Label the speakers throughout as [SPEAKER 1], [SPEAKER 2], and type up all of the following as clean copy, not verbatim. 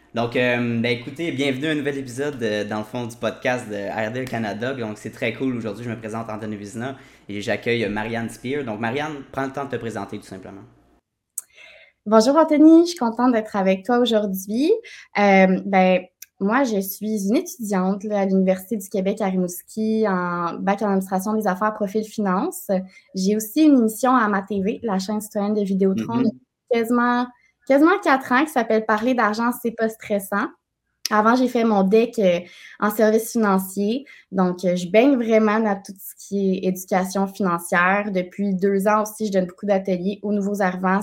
[SPEAKER 1] Donc, écoutez, bienvenue à un nouvel épisode, dans le fond, du podcast de RDL Canada. Donc, c'est très cool. Aujourd'hui, je me présente Anthony Vizina et j'accueille Marianne Spear. Donc, Marianne, prends le temps de te présenter tout simplement.
[SPEAKER 2] Bonjour Anthony, je suis contente d'être avec toi aujourd'hui. Ben, moi, je suis une étudiante là, à l'Université du Québec à Rimouski en bac en administration des affaires profil finance. J'ai aussi une émission à ma TV, la chaîne citoyenne de Vidéotron, depuis
[SPEAKER 1] Mhm.
[SPEAKER 2] quasiment 4 ans qui s'appelle Parler d'argent, c'est pas stressant. Avant, j'ai fait mon DEC en services financiers. Donc, je baigne vraiment dans tout ce qui est éducation financière. Depuis 2 ans aussi, je donne beaucoup d'ateliers aux nouveaux arrivants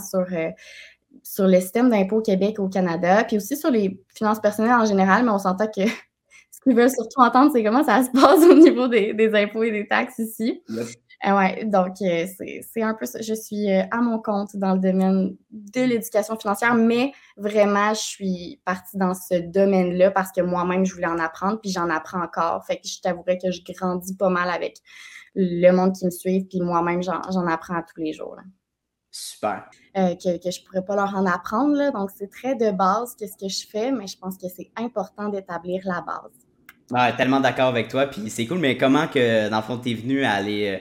[SPEAKER 2] sur le système d'impôt au Québec, au Canada, puis aussi sur les finances personnelles en général, mais on s'entend que ce qu'ils veulent surtout entendre, c'est comment ça se passe au niveau des impôts et des taxes ici.
[SPEAKER 1] Yep.
[SPEAKER 2] Ouais, donc c'est un peu ça. Je suis à mon compte dans le domaine de l'éducation financière, mais vraiment, je suis partie dans ce domaine-là parce que moi-même, je voulais en apprendre, puis j'en apprends encore. Fait que je t'avouerais que je grandis pas mal avec le monde qui me suit, puis moi-même, j'en apprends tous les jours, là.
[SPEAKER 1] Super.
[SPEAKER 2] Que je pourrais pas leur en apprendre, là. Donc, c'est très de base qu'est-ce que je fais, mais je pense que c'est important d'établir la base.
[SPEAKER 1] Ouais, tellement d'accord avec toi. Puis c'est cool, mais comment que, dans le fond, t'es venu à aller.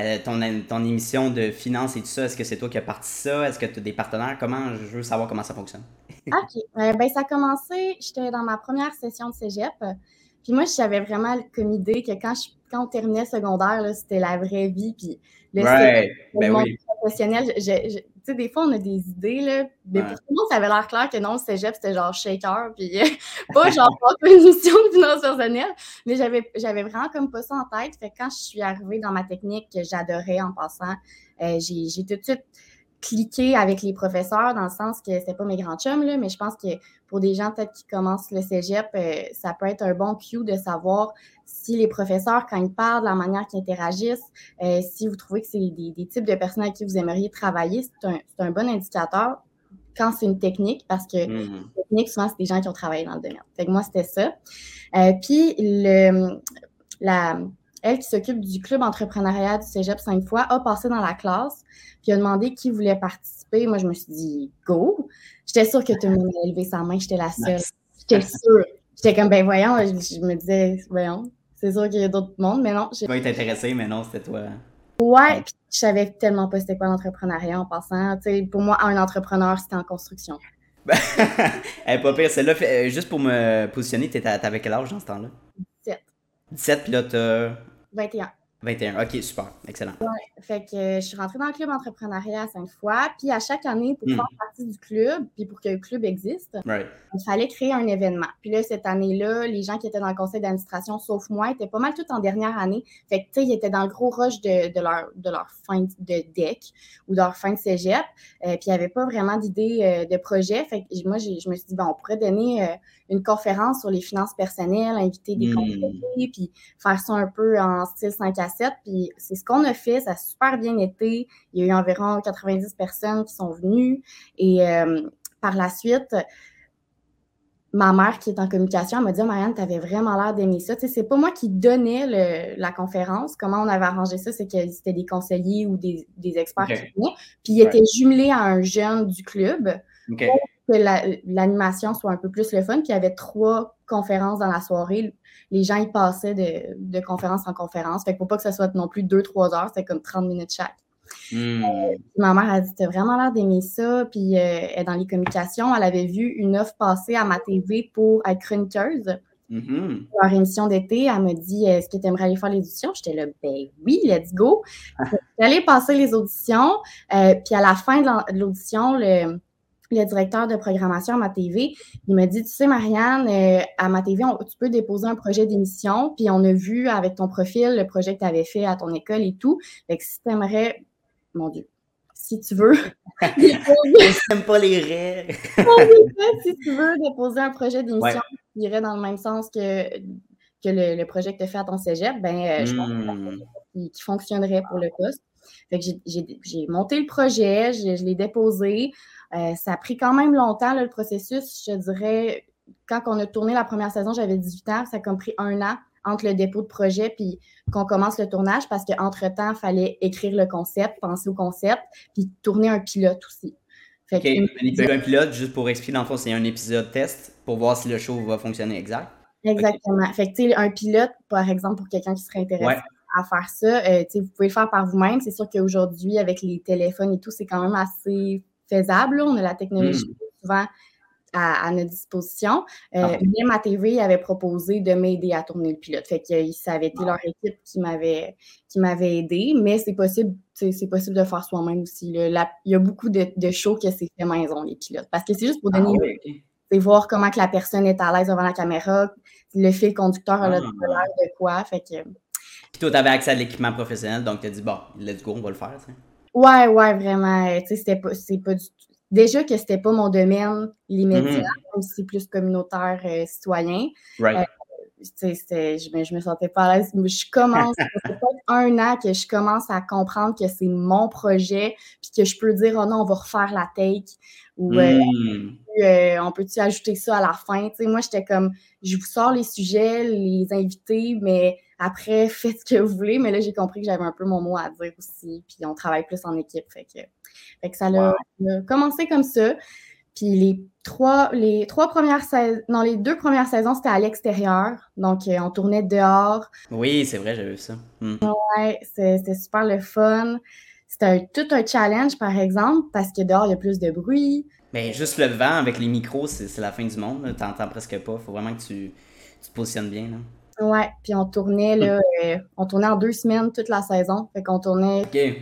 [SPEAKER 1] Ton émission de finance et tout ça, est-ce que c'est toi qui as parti ça? Est-ce que tu as des partenaires? Comment? Je veux savoir comment ça fonctionne.
[SPEAKER 2] OK. Ben, ça a commencé, j'étais dans ma première session de cégep. Puis moi, j'avais vraiment comme idée que quand on terminait le secondaire, là, c'était la vraie vie. Puis le cégep,
[SPEAKER 1] Right.
[SPEAKER 2] le
[SPEAKER 1] Ben
[SPEAKER 2] monde
[SPEAKER 1] oui.
[SPEAKER 2] professionnel, tu sais, des fois, on a des idées, là. Mais
[SPEAKER 1] Ouais.
[SPEAKER 2] pour tout le monde, ça avait l'air clair que non, le cégep, c'était genre shaker. Puis pas genre pas une mission de finance personnelle. Mais j'avais vraiment comme pas ça en tête. Fait que quand je suis arrivée dans ma technique que j'adorais en passant, j'ai tout de suite cliquer avec les professeurs dans le sens que c'était pas mes grands chums, là, mais je pense que pour des gens peut-être qui commencent le cégep, ça peut être un bon cue de savoir si les professeurs, quand ils parlent, la manière qu'ils interagissent, si vous trouvez que c'est des types de personnes avec qui vous aimeriez travailler, c'est un bon indicateur quand c'est une technique, parce que
[SPEAKER 1] Mhm.
[SPEAKER 2] technique, souvent, c'est des gens qui ont travaillé dans le domaine. Fait que moi, c'était ça. Puis, la, elle qui s'occupe du club entrepreneuriat du Cégep Sainte-Foy a passé dans la classe puis a demandé qui voulait participer. Moi, je me suis dit « Go! » J'étais sûre que tout le monde allait lever sa main, j'étais la seule.
[SPEAKER 1] Nice.
[SPEAKER 2] J'étais sûre. J'étais comme « Ben voyons », je me disais « Voyons, c'est sûr qu'il y a d'autres mondes », mais non.
[SPEAKER 1] Tu vas être intéressé, mais non, c'était toi.
[SPEAKER 2] Ouais,
[SPEAKER 1] Ouais.
[SPEAKER 2] puis je savais tellement pas c'était quoi l'entrepreneuriat en passant. Tu sais, pour moi, un entrepreneur, c'était en construction.
[SPEAKER 1] Ben, pas pire. Celle-là, juste pour me positionner, t'avais quel âge dans ce temps-là?
[SPEAKER 2] 17,
[SPEAKER 1] 17, puis là, t'as
[SPEAKER 2] 21.
[SPEAKER 1] 21. Ok, super. Excellent.
[SPEAKER 2] Fait que je suis rentrée dans le club entrepreneuriat à Sainte-Foy. Puis à chaque année, pour faire
[SPEAKER 1] Hmm.
[SPEAKER 2] partie du club, puis pour que le club existe,
[SPEAKER 1] Right.
[SPEAKER 2] il fallait créer un événement. Puis là, cette année-là, les gens qui étaient dans le conseil d'administration, sauf moi, étaient pas mal tous en dernière année. Fait que, tu sais, ils étaient dans le gros rush de leur fin de deck ou de leur fin de cégep. Puis il n'y avait pas vraiment d'idée de projet. Fait que moi, je me suis dit, bon, on pourrait donner une conférence sur les finances personnelles, inviter des
[SPEAKER 1] Hmm.
[SPEAKER 2] conseillers, puis faire ça un peu en style 5 à 7. Puis c'est ce qu'on a fait. Ça a super bien été. Il y a eu environ 90 personnes qui sont venues. Et par la suite, ma mère qui est en communication, elle m'a dit « Marianne, tu avais vraiment l'air d'aimer ça. » Tu sais, c'est pas moi qui donnais la conférence. Comment on avait arrangé ça, c'est que c'était des conseillers ou des experts qui
[SPEAKER 1] Ok.
[SPEAKER 2] venaient. Puis ils
[SPEAKER 1] Right.
[SPEAKER 2] étaient jumelés à un jeune du club
[SPEAKER 1] Ok.
[SPEAKER 2] pour que l'animation soit un peu plus le fun. Puis il y avait 3 conférences dans la soirée. Les gens, ils passaient de conférence en conférence. Fait qu'il faut pas que ce soit non plus 2-3 heures. C'était comme 30 minutes chaque.
[SPEAKER 1] Hmm.
[SPEAKER 2] Ma mère a dit, t'as vraiment l'air d'aimer ça. Puis elle est dans les communications. Elle avait vu une offre passer à ma TV pour être chroniqueuse
[SPEAKER 1] Mhm.
[SPEAKER 2] pour leur émission d'été. Elle m'a dit, est-ce que tu aimerais aller faire l'audition? J'étais là, ben oui, let's go. J'allais passer les auditions. Puis à la fin de l'audition, le directeur de programmation à ma TV, il m'a dit, tu sais, Marianne, à ma TV, tu peux déposer un projet d'émission, puis on a vu avec ton profil le projet que tu avais fait à ton école et tout. Fait que si tu aimerais, mon Dieu, si tu veux, déposer,
[SPEAKER 1] Même si t'aimes pas les raies.
[SPEAKER 2] si tu veux déposer un projet d'émission
[SPEAKER 1] Ouais.
[SPEAKER 2] qui irait dans le même sens que le projet que tu as fait à ton cégep, ben, je pense
[SPEAKER 1] Hmm.
[SPEAKER 2] qui fonctionnerait pour le poste. Fait que j'ai monté le projet, je l'ai déposé. Ça a pris quand même longtemps, là, le processus. Je dirais, quand on a tourné la première saison, j'avais 18 ans. Ça a comme pris 1 an entre le dépôt de projet puis qu'on commence le tournage parce qu'entre-temps, il fallait écrire le concept, penser au concept, puis tourner un pilote aussi. Fait
[SPEAKER 1] OK. Un pilote, juste pour expliquer, dans le fond, c'est un épisode test pour voir si le show va fonctionner, exact? OK.
[SPEAKER 2] exactement. Fait que, tu sais, un pilote, par exemple, pour quelqu'un qui serait intéressé
[SPEAKER 1] Ouais.
[SPEAKER 2] à faire ça, tu sais, vous pouvez le faire par vous-même. C'est sûr qu'aujourd'hui, avec les téléphones et tout, c'est quand même assez faisable, là. On a la technologie souvent à notre disposition.
[SPEAKER 1] Parfait.
[SPEAKER 2] Même à TV avait proposé de m'aider à tourner le pilote. Fait que ça avait été leur équipe qui m'avait aidé, mais c'est possible, c'est possible de faire soi-même aussi. Là. Il y a beaucoup de shows que c'est fait maison, les pilotes. Parce que c'est juste pour donner voir comment que la personne est à l'aise devant la caméra, le fil conducteur a l'air de quoi. Fait que...
[SPEAKER 1] Puis toi, tu avais accès à l'équipement professionnel, donc tu as dit, bon, let's go, on va le faire. T'sais.
[SPEAKER 2] Ouais, vraiment. Tu sais, c'est pas du tout. Déjà que c'était pas mon domaine, les médias, même si c'est plus communautaire, citoyen.
[SPEAKER 1] Right.
[SPEAKER 2] Je me sentais pas à l'aise. Je commence, ça fait peut-être 1 an que je commence à comprendre que c'est mon projet, puis que je peux dire, oh non, on va refaire la take, ou on peut-tu ajouter ça à la fin? Tu sais, moi, j'étais comme, je vous sors les sujets, les invités, mais après, faites ce que vous voulez. Mais là, j'ai compris que j'avais un peu mon mot à dire aussi, puis on travaille plus en équipe. Fait que ça a commencé comme ça. Puis les 2 premières saisons, c'était à l'extérieur. Donc, on tournait dehors.
[SPEAKER 1] Oui, c'est vrai, j'avais vu ça.
[SPEAKER 2] Ouais, c'était super le fun. C'était tout un challenge, par exemple, parce que dehors, il y a plus de bruit.
[SPEAKER 1] Mais juste le vent avec les micros, c'est la fin du monde. T'entends presque pas. Faut vraiment que tu te positionnes bien. Là.
[SPEAKER 2] Ouais, puis on tournait en 2 semaines toute la saison. Fait qu'on tournait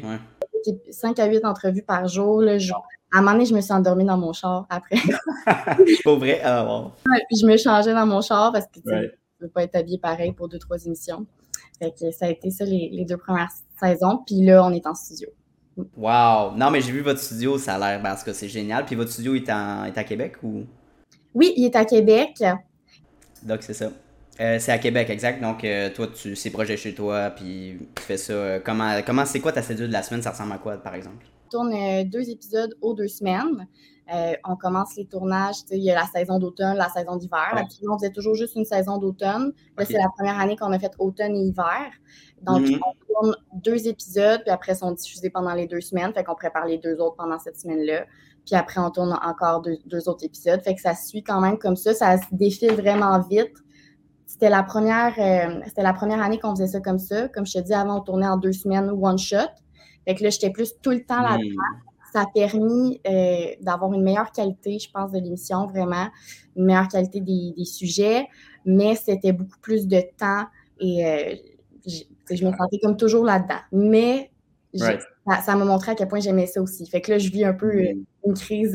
[SPEAKER 2] 5 à 8 entrevues par jour. Là, à un moment donné, je me suis endormie dans mon char après.
[SPEAKER 1] Pas vrai?
[SPEAKER 2] Ouais, puis je me changeais dans mon char parce que tu ne peux pas être habillé pareil pour 2-3 émissions. Fait que ça a été ça les 2 premières saisons. Puis là, on est en studio.
[SPEAKER 1] Wow! Non, mais j'ai vu votre studio, ça a l'air, parce que c'est génial. Puis votre studio est à Québec ou?
[SPEAKER 2] Oui, il est à Québec.
[SPEAKER 1] Donc, c'est ça. C'est à Québec, exact. Donc, toi, c'est projet chez toi, puis tu fais ça. Comment c'est quoi ta cédule de la semaine? Ça ressemble à quoi, par exemple?
[SPEAKER 2] On tourne 2 épisodes aux 2 semaines. On commence les tournages, il y a la saison d'automne, la saison d'hiver.
[SPEAKER 1] Ouais.
[SPEAKER 2] Actuellement, on faisait toujours juste une saison d'automne. Là, c'est la première année qu'on a fait automne et hiver. Donc, on tourne 2 épisodes, puis après, ils sont diffusés pendant les 2 semaines. Fait qu'on prépare les 2 autres pendant cette semaine-là. Puis après, on tourne encore 2 autres épisodes. Fait que ça suit quand même comme ça. Ça se défile vraiment vite. C'était la première année qu'on faisait ça comme ça. Comme je te dis, avant, on tournait en 2 semaines one shot. Fait que là, j'étais plus tout le temps là-dedans. Ça a permis d'avoir une meilleure qualité, je pense, de l'émission, vraiment. Une meilleure qualité des sujets. Mais c'était beaucoup plus de temps et je me sentais comme toujours là-dedans. Mais ça m'a montré à quel point j'aimais ça aussi. Fait que là, je vis un peu une crise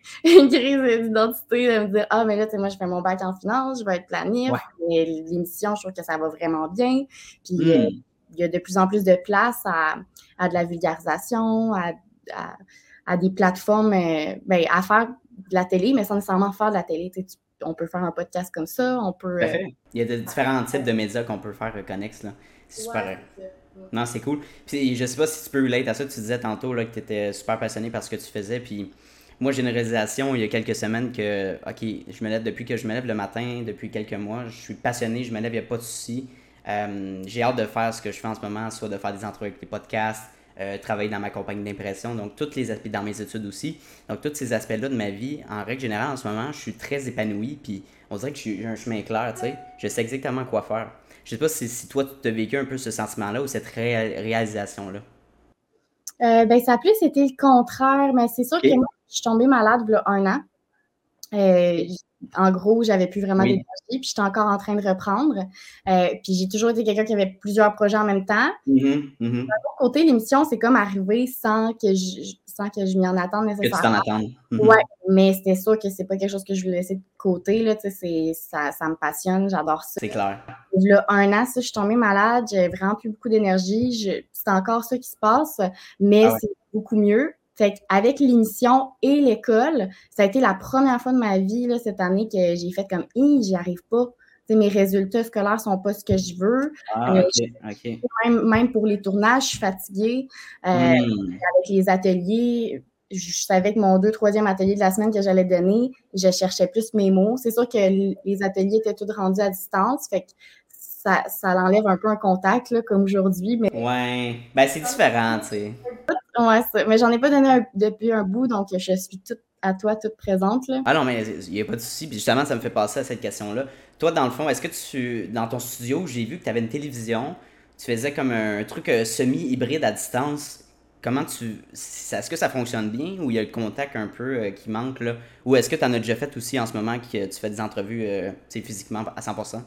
[SPEAKER 2] d'identité, de me dire, ah, mais là, tu sais, moi, je fais mon bac en finance, je vais être planif. Mais l'émission, je trouve que ça va vraiment bien. Puis, il y a de plus en plus de place à de la vulgarisation, à des plateformes, à faire de la télé, mais sans nécessairement faire de la télé. On peut faire un podcast comme ça, on peut...
[SPEAKER 1] Il y a de différents types de médias qu'on peut faire connexes, là. C'est super... Non, c'est cool. Puis je sais pas si tu peux relate à ça. Tu disais tantôt là, que tu étais super passionné par ce que tu faisais. Puis moi, j'ai une réalisation il y a quelques semaines que, OK, depuis que je me lève le matin, depuis quelques mois, je suis passionné, je me lève, il n'y a pas de souci. J'ai hâte de faire ce que je fais en ce moment, soit de faire des entrevues avec les podcasts, travailler dans ma compagnie d'impression, donc tous les aspects, dans mes études aussi. Donc tous ces aspects-là de ma vie, en règle générale, en ce moment, je suis très épanoui. Puis on dirait que j'ai un chemin clair, tu sais. Je sais exactement quoi faire. Je sais pas si toi, tu as vécu un peu ce sentiment-là ou cette réalisation-là.
[SPEAKER 2] Ça a plus été le contraire, mais c'est sûr que moi, je suis tombée malade il y a 1 an. En gros, j'avais plus vraiment d'énergie, puis j'étais encore en train de reprendre. Puis j'ai toujours été quelqu'un qui avait plusieurs projets en même temps. D'un autre côté, l'émission, c'est comme arrivé sans que je m'y en attende nécessairement.
[SPEAKER 1] Que tu t'en attendes.
[SPEAKER 2] Ouais, mais c'était sûr que c'est pas quelque chose que je voulais laisser de côté. Là, ça me passionne, j'adore ça.
[SPEAKER 1] C'est clair.
[SPEAKER 2] Il y a 1 an, je suis tombée malade, j'avais vraiment plus beaucoup d'énergie. C'est encore ça qui se passe, mais c'est beaucoup mieux. Fait qu'avec l'émission et l'école, ça a été la première fois de ma vie là, cette année que j'ai fait comme j'y arrive pas. T'sais, mes résultats scolaires sont pas ce que je veux. Même pour les tournages, je suis fatiguée. Avec les ateliers, je savais que mon 2-3e atelier de la semaine que j'allais donner, je cherchais plus mes mots. C'est sûr que les ateliers étaient tous rendus à distance, fait que ça l'enlève un peu un contact, là, comme aujourd'hui. Mais...
[SPEAKER 1] Ouais, ben c'est différent, tu sais.
[SPEAKER 2] Ouais, ça. Mais j'en ai pas donné depuis un bout, donc je suis à toi, toute présente, là.
[SPEAKER 1] Ah non, mais il n'y a pas de souci. Puis justement, ça me fait passer à cette question-là. Toi, dans le fond, est-ce que dans ton studio, j'ai vu que tu avais une télévision, tu faisais comme un truc semi-hybride à distance. Est-ce que ça fonctionne bien ou il y a le contact un peu qui manque là? Ou est-ce que tu en as déjà fait aussi en ce moment que tu fais des entrevues tu sais, physiquement à 100%?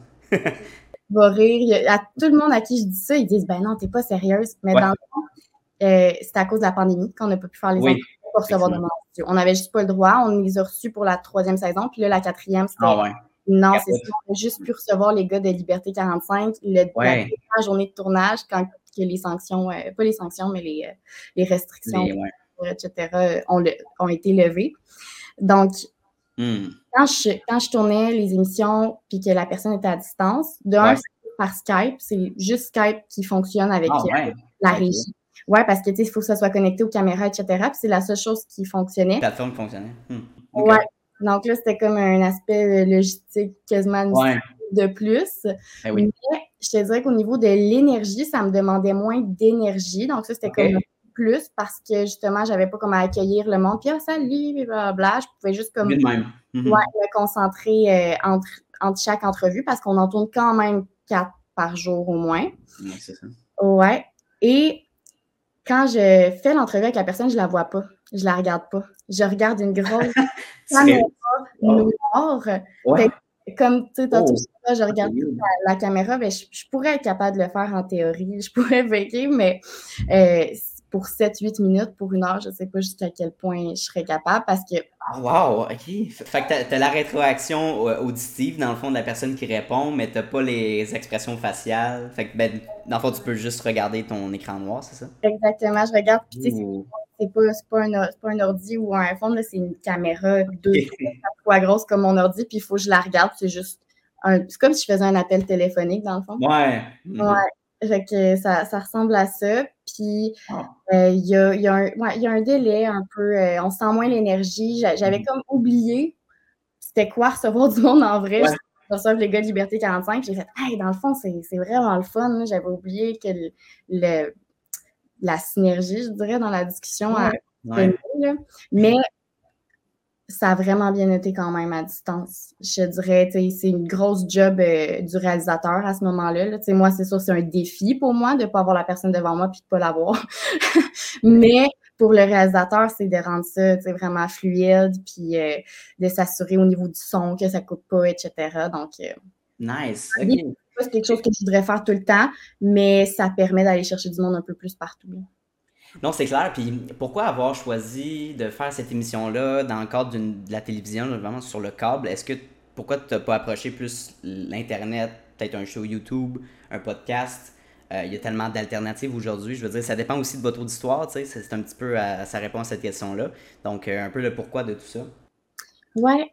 [SPEAKER 2] Va rire. À tout le monde à qui je dis ça, ils disent ben non, t'es pas sérieuse. Mais
[SPEAKER 1] Ouais.
[SPEAKER 2] dans le fond, c'était à cause de la pandémie qu'on n'a pas pu faire les
[SPEAKER 1] Oui,
[SPEAKER 2] entrevues pour recevoir de
[SPEAKER 1] effectivement.
[SPEAKER 2] mon studio. On n'avait juste pas le droit. On les a reçus pour la 3e saison. Puis là, la 4e, c'était
[SPEAKER 1] Ah ouais.
[SPEAKER 2] non, c'est ça.
[SPEAKER 1] Capote.
[SPEAKER 2] On a juste pu recevoir les gars de Liberté 45 la
[SPEAKER 1] Ouais.
[SPEAKER 2] dernière journée de tournage quand que les sanctions, pas les sanctions, mais les restrictions,
[SPEAKER 1] Ouais.
[SPEAKER 2] etc., ont été levées. Donc,
[SPEAKER 1] Hmm.
[SPEAKER 2] quand je tournais les émissions puis que la personne était à distance,
[SPEAKER 1] Ouais.
[SPEAKER 2] c'est par Skype, c'est juste Skype qui fonctionne avec
[SPEAKER 1] Ah ouais.
[SPEAKER 2] la
[SPEAKER 1] Ok.
[SPEAKER 2] régie. Ouais, parce que tu sais, il faut que ça soit connecté aux caméras, etc. Puis c'est la seule chose qui fonctionnait.
[SPEAKER 1] Plateforme qui fonctionnait. Ok.
[SPEAKER 2] Ouais. Donc là, c'était comme un aspect logistique quasiment administratif de plus.
[SPEAKER 1] Ben oui.
[SPEAKER 2] Mais je te dirais qu'au niveau de l'énergie, ça me demandait moins d'énergie. Donc ça, c'était
[SPEAKER 1] Ok.
[SPEAKER 2] comme un plus parce que justement, j'avais pas comme à accueillir le monde. Puis salut, blablabla. Je pouvais juste comme
[SPEAKER 1] Vu de même.
[SPEAKER 2] me concentrer entre chaque entrevue parce qu'on en tourne quand même 4 par jour au moins.
[SPEAKER 1] Ouais, c'est ça.
[SPEAKER 2] Ouais. Et quand je fais l'entrevue avec la personne, je la vois pas. Je la regarde pas. Je regarde une grosse caméra noire.
[SPEAKER 1] Ouais.
[SPEAKER 2] Fait que, comme tu sais, tantôt,
[SPEAKER 1] Oh,
[SPEAKER 2] je regarde la caméra, mais je pourrais être capable de le faire en théorie. Je pourrais veiller, mais pour 7-8 minutes, pour 1 heure, je sais pas jusqu'à quel point je serais capable parce que.
[SPEAKER 1] Ah, wow, ok. Fait que t'as la rétroaction auditive dans le fond de la personne qui répond, mais t'as pas les expressions faciales. Fait que ben, dans le fond, tu peux juste regarder ton écran noir, c'est ça?
[SPEAKER 2] Exactement, je regarde. Puis tu sais,
[SPEAKER 1] Ouh.
[SPEAKER 2] c'est pas un ordi ou un iPhone, là, c'est une caméra 2 fois 4 fois grosse comme mon ordi, puis il faut que je la regarde. C'est comme si je faisais un appel téléphonique, dans le fond.
[SPEAKER 1] Ouais.
[SPEAKER 2] Ouais. Fait que ça ressemble à ça. Puis
[SPEAKER 1] Ah.
[SPEAKER 2] il y a un délai un peu. On sent moins l'énergie. J'avais comme oublié c'était quoi recevoir du monde en vrai.
[SPEAKER 1] Ouais.
[SPEAKER 2] Je reçois les gars de Liberté 45. J'ai fait, hey, dans le fond, c'est vraiment le fun. Là. J'avais oublié que la synergie, je dirais, dans la discussion
[SPEAKER 1] Ouais.
[SPEAKER 2] là. Mais ça a vraiment bien été quand même à distance. Je dirais, c'est une grosse job du réalisateur à ce moment-là. Là. Moi, c'est sûr, c'est un défi pour moi de ne pas avoir la personne devant moi puis de ne pas l'avoir. Mais pour le réalisateur, c'est de rendre ça vraiment fluide puis de s'assurer au niveau du son que ça ne coupe pas, etc. Donc,
[SPEAKER 1] Nice.
[SPEAKER 2] c'est quelque chose que je voudrais faire tout le temps, mais ça permet d'aller chercher du monde un peu plus partout. Là.
[SPEAKER 1] Non, c'est clair. Puis pourquoi avoir choisi de faire cette émission-là dans le cadre de la télévision, là, vraiment sur le câble? Pourquoi tu n'as pas approché plus l'Internet, peut-être un show YouTube, un podcast? Il y a tellement d'alternatives aujourd'hui. Je veux dire, ça dépend aussi de votre auditoire, tu sais. C'est un petit peu ça répond à cette question-là. Donc, un peu le pourquoi de tout ça.
[SPEAKER 2] Ouais,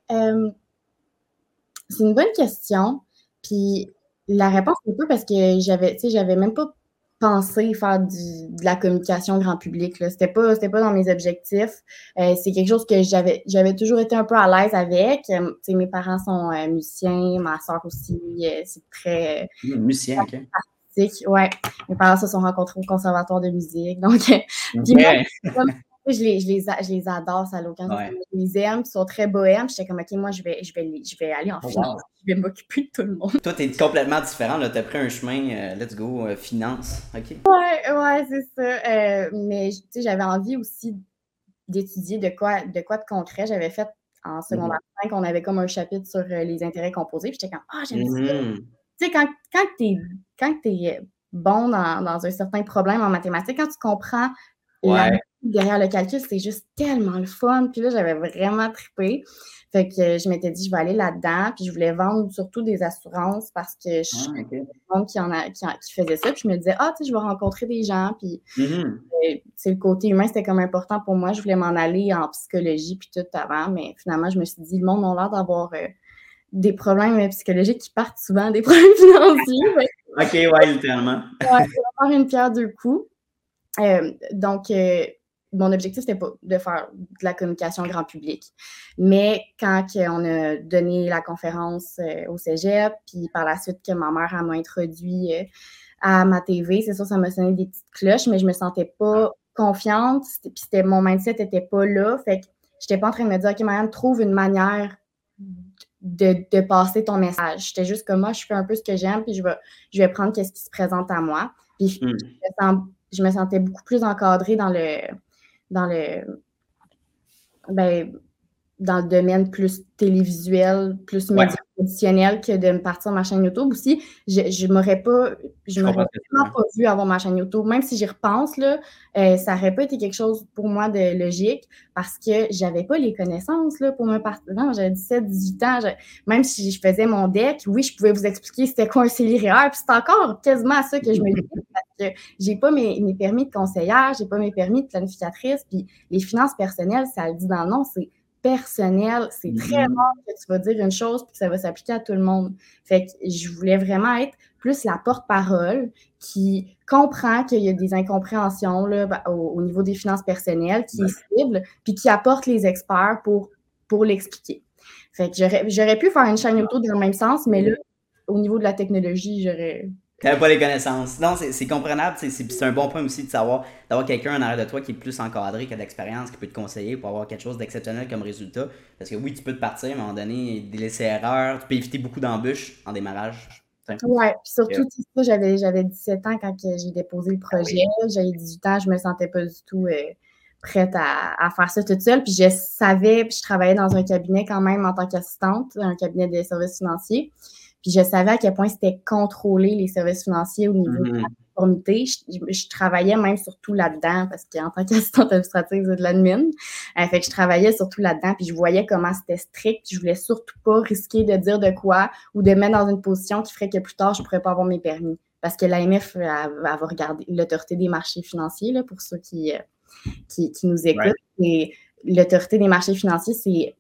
[SPEAKER 2] c'est une bonne question. Puis la réponse, c'est un peu parce que j'avais même pas pensé faire de la communication grand public. Là. C'était pas dans mes objectifs. C'est quelque chose que j'avais toujours été un peu à l'aise avec. Mes parents sont musiciens, ma soeur aussi. C'est très
[SPEAKER 1] Musicien, ok.
[SPEAKER 2] artistique. Ouais, mes parents se sont rencontrés au conservatoire de musique. Donc, puis moi, je les adore, ça n'a aucun sens. Je les aime, ils sont très bohèmes. J'étais comme, OK, moi, je vais aller en finance. Je vais m'occuper de tout le monde.
[SPEAKER 1] Toi, t'es complètement différent. Tu as pris un chemin, let's go, finance. OK.
[SPEAKER 2] Ouais, c'est ça. Mais j'avais envie aussi d'étudier de quoi de concret. J'avais fait en secondaire 5, on avait comme un chapitre sur les intérêts composés. Puis j'étais comme, j'aime ça. Tu sais, quand t'es bon dans un certain problème en mathématiques, quand tu comprends la derrière le calcul, c'est juste tellement le fun. Puis là, j'avais vraiment trippé. Fait que je m'étais dit, je vais aller là-dedans. Puis je voulais vendre surtout des assurances parce que je suis monde qui faisait ça. Puis je me disais, tu sais, je vais rencontrer des gens. Puis c'est le côté humain, c'était comme important pour moi. Je voulais m'en aller en psychologie puis tout avant. Mais finalement, je me suis dit, le monde a l'air d'avoir des problèmes psychologiques qui partent souvent des problèmes financiers.
[SPEAKER 1] OK, ouais, littéralement.
[SPEAKER 2] Ouais, je vais faire une pierre deux coups. Donc, mon objectif, c'était pas de faire de la communication grand public. Mais quand on a donné la conférence au cégep, puis par la suite que ma mère m'a introduit à ma TV, c'est sûr, ça m'a sonné des petites cloches, mais je me sentais pas confiante, puis mon mindset n'était pas là. Fait que j'étais pas en train de me dire, OK, Marianne, trouve une manière de passer ton message. J'étais juste comme moi, je fais un peu ce que j'aime, puis je vais prendre ce qui se présente à moi. Puis je me sentais beaucoup plus encadrée dans le ben, dans le domaine plus télévisuel, plus média traditionnel que de me partir ma chaîne YouTube aussi. Je m'aurais vraiment pas vu avoir ma chaîne YouTube. Même si j'y repense, là, ça n'aurait pas été quelque chose pour moi de logique parce que j'avais pas les connaissances là, pour me partir. Non, j'avais 17, 18 ans. Même si je faisais mon deck, oui, je pouvais vous expliquer c'était quoi un CELI-REER, puis c'est encore quasiment à ça que je me dis parce que j'ai pas mes permis de conseillère, j'ai pas mes permis de planificatrice, puis les finances personnelles, ça le dit dans le nom, c'est personnel, c'est très rare que tu vas dire une chose puis que ça va s'appliquer à tout le monde. Fait que je voulais vraiment être plus la porte-parole qui comprend qu'il y a des incompréhensions là, au niveau des finances personnelles, qui est cible, puis qui apporte les experts pour l'expliquer. Fait que j'aurais pu faire une chaîne YouTube dans le même sens, mais là, au niveau de la technologie, j'aurais...
[SPEAKER 1] T'avais pas les connaissances. Non, c'est comprenable. C'est un bon point aussi de savoir d'avoir quelqu'un en arrière de toi qui est plus encadré, qui a de l'expérience, qui peut te conseiller pour avoir quelque chose d'exceptionnel comme résultat. Parce que oui, tu peux te partir, mais à un moment donné, délaisser erreur. Tu peux éviter beaucoup d'embûches en démarrage.
[SPEAKER 2] Ouais, puis surtout, ça, j'avais 17 ans quand j'ai déposé le projet. J'avais 18 ans, je me sentais pas du tout prête à faire ça toute seule. Puis je savais, puis je travaillais dans un cabinet quand même en tant qu'assistante, un cabinet de services financiers. Puis je savais à quel point c'était contrôler les services financiers au niveau de la conformité. Je travaillais même surtout là-dedans parce qu'en tant qu'assistante administrative, c'est de l'admin. Fait que je travaillais surtout là-dedans puis je voyais comment c'était strict. Je voulais surtout pas risquer de dire de quoi ou de me mettre dans une position qui ferait que plus tard, je pourrais pas avoir mes permis. Parce que l'AMF, elle va regarder l'Autorité des marchés financiers, là, pour ceux qui nous écoutent. Et l'Autorité des marchés financiers,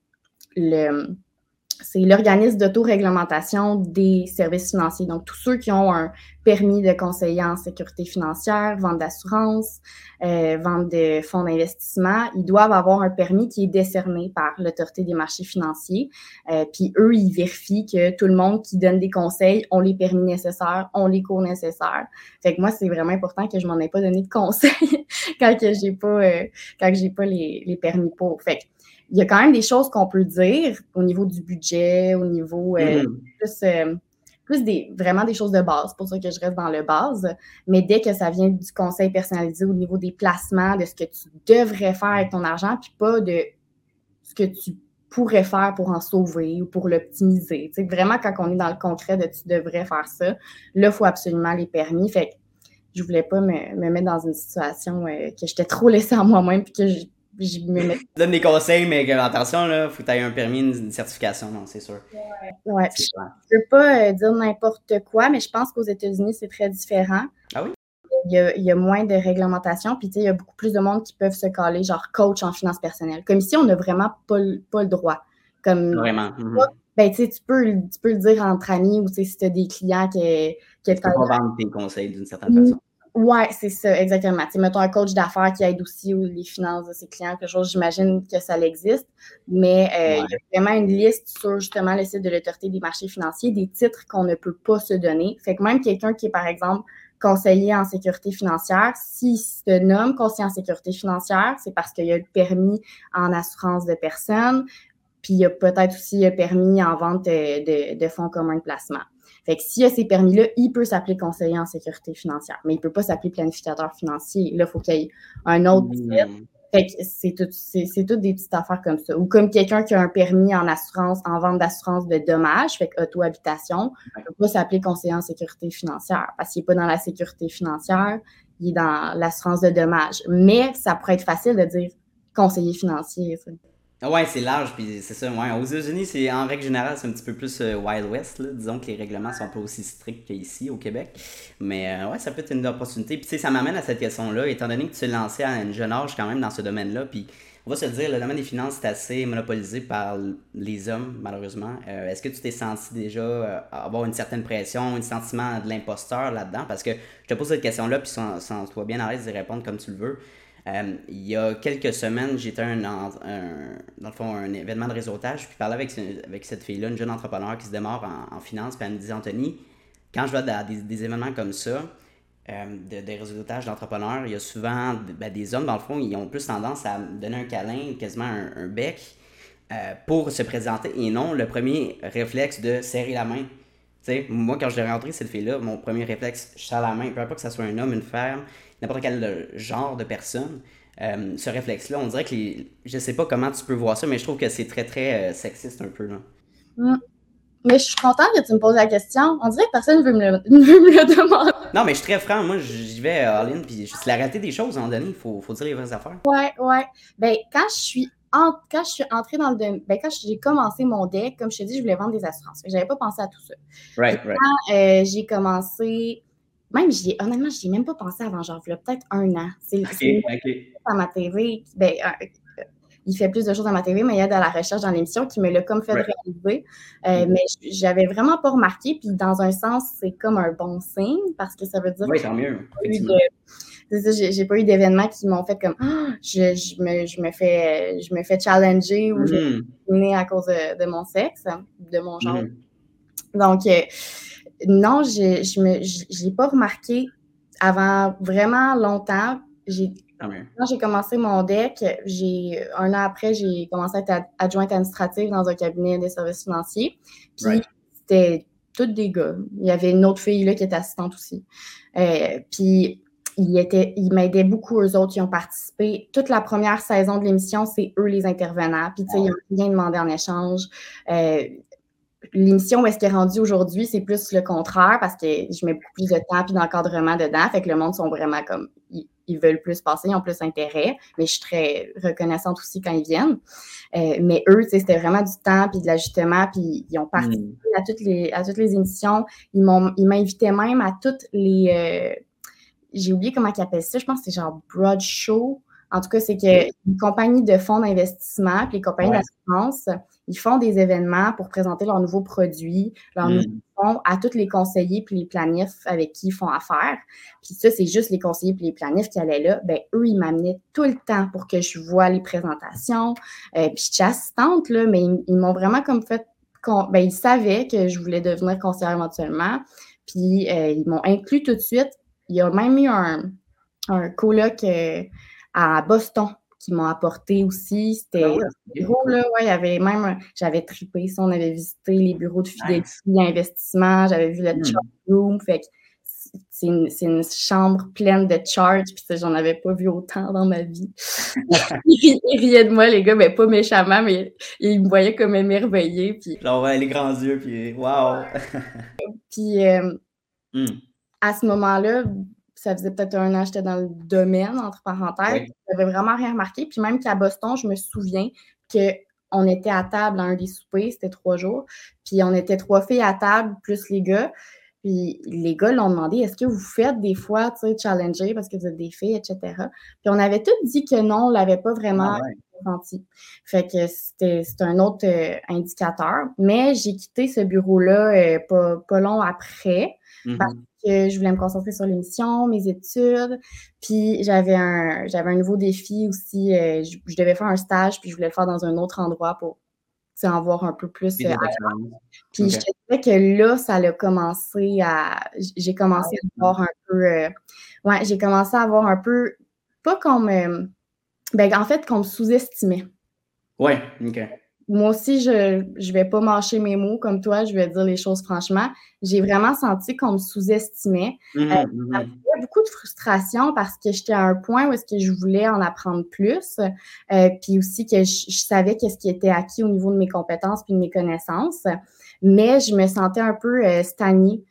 [SPEAKER 2] c'est l'organisme d'autoréglementation des services financiers. Donc, tous ceux qui ont un permis de conseiller en sécurité financière, vente d'assurance, vente de fonds d'investissement, ils doivent avoir un permis qui est décerné par l'Autorité des marchés financiers. Puis eux, ils vérifient que tout le monde qui donne des conseils ont les permis nécessaires, ont les cours nécessaires. Fait que moi, c'est vraiment important que je m'en ai pas donné de conseils quand j'ai pas les permis pour. Fait que il y a quand même des choses qu'on peut dire au niveau du budget, au niveau vraiment des choses de base, pour ça que je reste dans le base. Mais dès que ça vient du conseil personnalisé au niveau des placements, de ce que tu devrais faire avec ton argent, puis pas de ce que tu pourrais faire pour en sauver ou pour l'optimiser. Tu sais, vraiment, quand on est dans le concret de tu devrais faire ça, là, il faut absolument les permis. Fait que je voulais pas me mettre dans une situation que j'étais trop laissée à moi-même puis que je me mets...
[SPEAKER 1] Tu donnes des conseils, mais attention, il faut que tu aies un permis, une certification, non, c'est sûr.
[SPEAKER 2] Ouais. Je ne veux pas dire n'importe quoi, mais je pense qu'aux États-Unis, c'est très différent.
[SPEAKER 1] Ah oui?
[SPEAKER 2] Il y a moins de réglementation, puis il y a beaucoup plus de monde qui peuvent se caler, genre coach en finances personnelles. Comme ici, on n'a vraiment pas le droit. Comme,
[SPEAKER 1] vraiment.
[SPEAKER 2] Ben, tu peux le dire entre amis ou si tu as des clients qui
[SPEAKER 1] tu peux pas vendre tes conseils d'une certaine façon.
[SPEAKER 2] Ouais, c'est ça, exactement. Tu sais, mettons un coach d'affaires qui aide aussi les finances de ses clients, quelque chose, j'imagine que ça existe. Mais il y a vraiment une liste sur justement le site de l'Autorité des marchés financiers, des titres qu'on ne peut pas se donner. Fait que même quelqu'un qui est, par exemple, conseiller en sécurité financière, s'il se nomme conseiller en sécurité financière, c'est parce qu'il y a le permis en assurance de personnes, puis il y a peut-être aussi le permis en vente de fonds communs de placement. Fait que s'il y a ces permis-là, il peut s'appeler conseiller en sécurité financière, mais il ne peut pas s'appeler planificateur financier. Là, il faut qu'il y ait un autre titre. Fait que c'est toutes des petites affaires comme ça. Ou comme quelqu'un qui a un permis en assurance, en vente d'assurance de dommages, fait auto-habitation, il ne peut pas s'appeler conseiller en sécurité financière parce qu'il n'est pas dans la sécurité financière, il est dans l'assurance de dommages. Mais ça pourrait être facile de dire conseiller financier. Ça.
[SPEAKER 1] Ouais, c'est large, puis c'est ça. Ouais. Aux États-Unis, en règle générale, c'est un petit peu plus Wild West. Là. Disons que les règlements sont pas aussi stricts qu'ici, au Québec. Mais ouais, ça peut être une opportunité. Puis tu sais, ça m'amène à cette question-là, étant donné que tu t'es lancé à un jeune âge quand même dans ce domaine-là. Puis on va se le dire, le domaine des finances est assez monopolisé par les hommes, malheureusement. Est-ce que tu t'es senti déjà avoir une certaine pression, un sentiment de l'imposteur là-dedans? Parce que je te pose cette question-là, puis sans toi bien à l'aise d'y répondre comme tu le veux. Il y a quelques semaines, j'étais dans le fond, un événement de réseautage, puis je parlais avec cette fille-là, une jeune entrepreneur qui se démarre en finance, puis elle me dit, Anthony, quand je vais à des événements comme ça, des réseautages d'entrepreneurs, il y a souvent des hommes, dans le fond, ils ont plus tendance à donner un câlin, quasiment un bec, pour se présenter. Et non, le premier réflexe de serrer la main. Tu sais, moi, quand je l'ai rentré, cette fille-là, mon premier réflexe, je serre la main. Peu importe que ce soit un homme, une femme, n'importe quel genre de personne. Ce réflexe-là, on dirait que je sais pas comment tu peux voir ça, mais je trouve que c'est très, très sexiste un peu, là.
[SPEAKER 2] Mm. Mais je suis contente que tu me poses la question. On dirait que personne ne veut veut me le demander.
[SPEAKER 1] Non, mais je suis très franc. Moi, j'y vais all-in, puis c'est la réalité des choses, à un moment donné. Il faut dire les vraies affaires.
[SPEAKER 2] Ouais. Ben, quand je suis entrée dans le domaine, ben, quand j'ai commencé mon deck, comme je te dis, je voulais vendre des assurances. Je n'avais pas pensé à tout ça.
[SPEAKER 1] Right.
[SPEAKER 2] Quand j'ai commencé, honnêtement, je n'y ai même pas pensé avant, genre, il y a peut-être un an. C'est à ma TV. Ben, il fait plus de choses à ma TV, mais il aide à la recherche dans l'émission qui me l'a comme fait réaliser. Mais j'avais vraiment pas remarqué. Puis dans un sens, c'est comme un bon signe parce que ça veut dire
[SPEAKER 1] que tant mieux.
[SPEAKER 2] j'ai pas eu d'événements qui m'ont fait comme je me fais challenger ou je me fais éliminer à cause de mon sexe, de mon genre. Donc non, je l'ai pas remarqué avant vraiment longtemps. Quand j'ai commencé mon deck, un an après, j'ai commencé à être adjointe administrative dans un cabinet des services financiers. Puis c'était toutes des gars. Il y avait une autre fille là qui était assistante aussi. Puis ils m'aidaient beaucoup, eux autres, qui ont participé. Toute la première saison de l'émission, c'est eux les intervenants. Puis tu sais, ils n'ont rien demandé en échange. L'émission où est-ce qu'elle est rendue aujourd'hui, c'est plus le contraire parce que je mets beaucoup plus de temps et d'encadrement dedans. Fait que le monde sont vraiment comme, ils veulent plus passer, ils ont plus d'intérêt. Mais je suis très reconnaissante aussi quand ils viennent. Mais eux, c'était vraiment du temps puis de l'ajustement. Puis ils ont participé à toutes les émissions. Ils m'invitaient même à toutes les... j'ai oublié comment ils appellent ça. Je pense que c'est genre Broad Show. En tout cas, c'est que une compagnie de fonds d'investissement puis les compagnies d'assurance, ils font des événements pour présenter leurs nouveaux produits, leurs nouveaux fonds à tous les conseillers puis les planifs avec qui ils font affaire. Puis ça, c'est juste les conseillers puis les planifs qui allaient là. Ben eux, ils m'amenaient tout le temps pour que je voie les présentations. Puis je suis assistante, là, mais ils m'ont vraiment comme fait... Ben, ils savaient que je voulais devenir conseillère éventuellement. Puis ils m'ont inclus tout de suite. Il y a même eu un colloque à Boston qui m'ont apporté aussi. C'était gros, là. Ouais, il y avait même... J'avais trippé ça. On avait visité les bureaux de fidélité, investissement. J'avais vu le chart room. Fait que c'est une chambre pleine de charts. Puis ça, j'en avais pas vu autant dans ma vie. Ils riaient de moi, les gars, mais pas méchamment, mais ils me voyaient comme émerveillée. Puis...
[SPEAKER 1] genre, les grands yeux, puis wow!
[SPEAKER 2] Puis à ce moment-là, ça faisait peut-être un an que j'étais dans le domaine, entre parenthèses. J'avais vraiment rien remarqué. Puis même qu'à Boston, je me souviens qu'on était à table à un des soupers, c'était 3 jours. Puis on était 3 filles à table, plus les gars. Puis les gars l'ont demandé, est-ce que vous faites des fois, tu sais, challenger parce que vous êtes des filles, etc. Puis on avait tous dit que non, on l'avait pas vraiment senti. Fait que c'était un autre indicateur. Mais j'ai quitté ce bureau-là pas long après parce que je voulais me concentrer sur l'émission, mes études. Puis j'avais un nouveau défi aussi. Je devais faire un stage, puis je voulais le faire dans un autre endroit pour en voir un peu plus. Puis je te dirais que là, ça a commencé à... J'ai commencé à avoir un peu... j'ai commencé à avoir un peu... Pas qu'on me... Ben, en fait, qu'on me sous-estimait.
[SPEAKER 1] Oui, OK.
[SPEAKER 2] Moi aussi, je vais pas mâcher mes mots comme toi, je vais dire les choses franchement. J'ai vraiment senti qu'on me sous-estimait. Il y avait beaucoup de frustration parce que j'étais à un point où est-ce que je voulais en apprendre plus. Puis aussi que je savais qu'est-ce qui était acquis au niveau de mes compétences puis de mes connaissances. Mais je me sentais un peu stagnée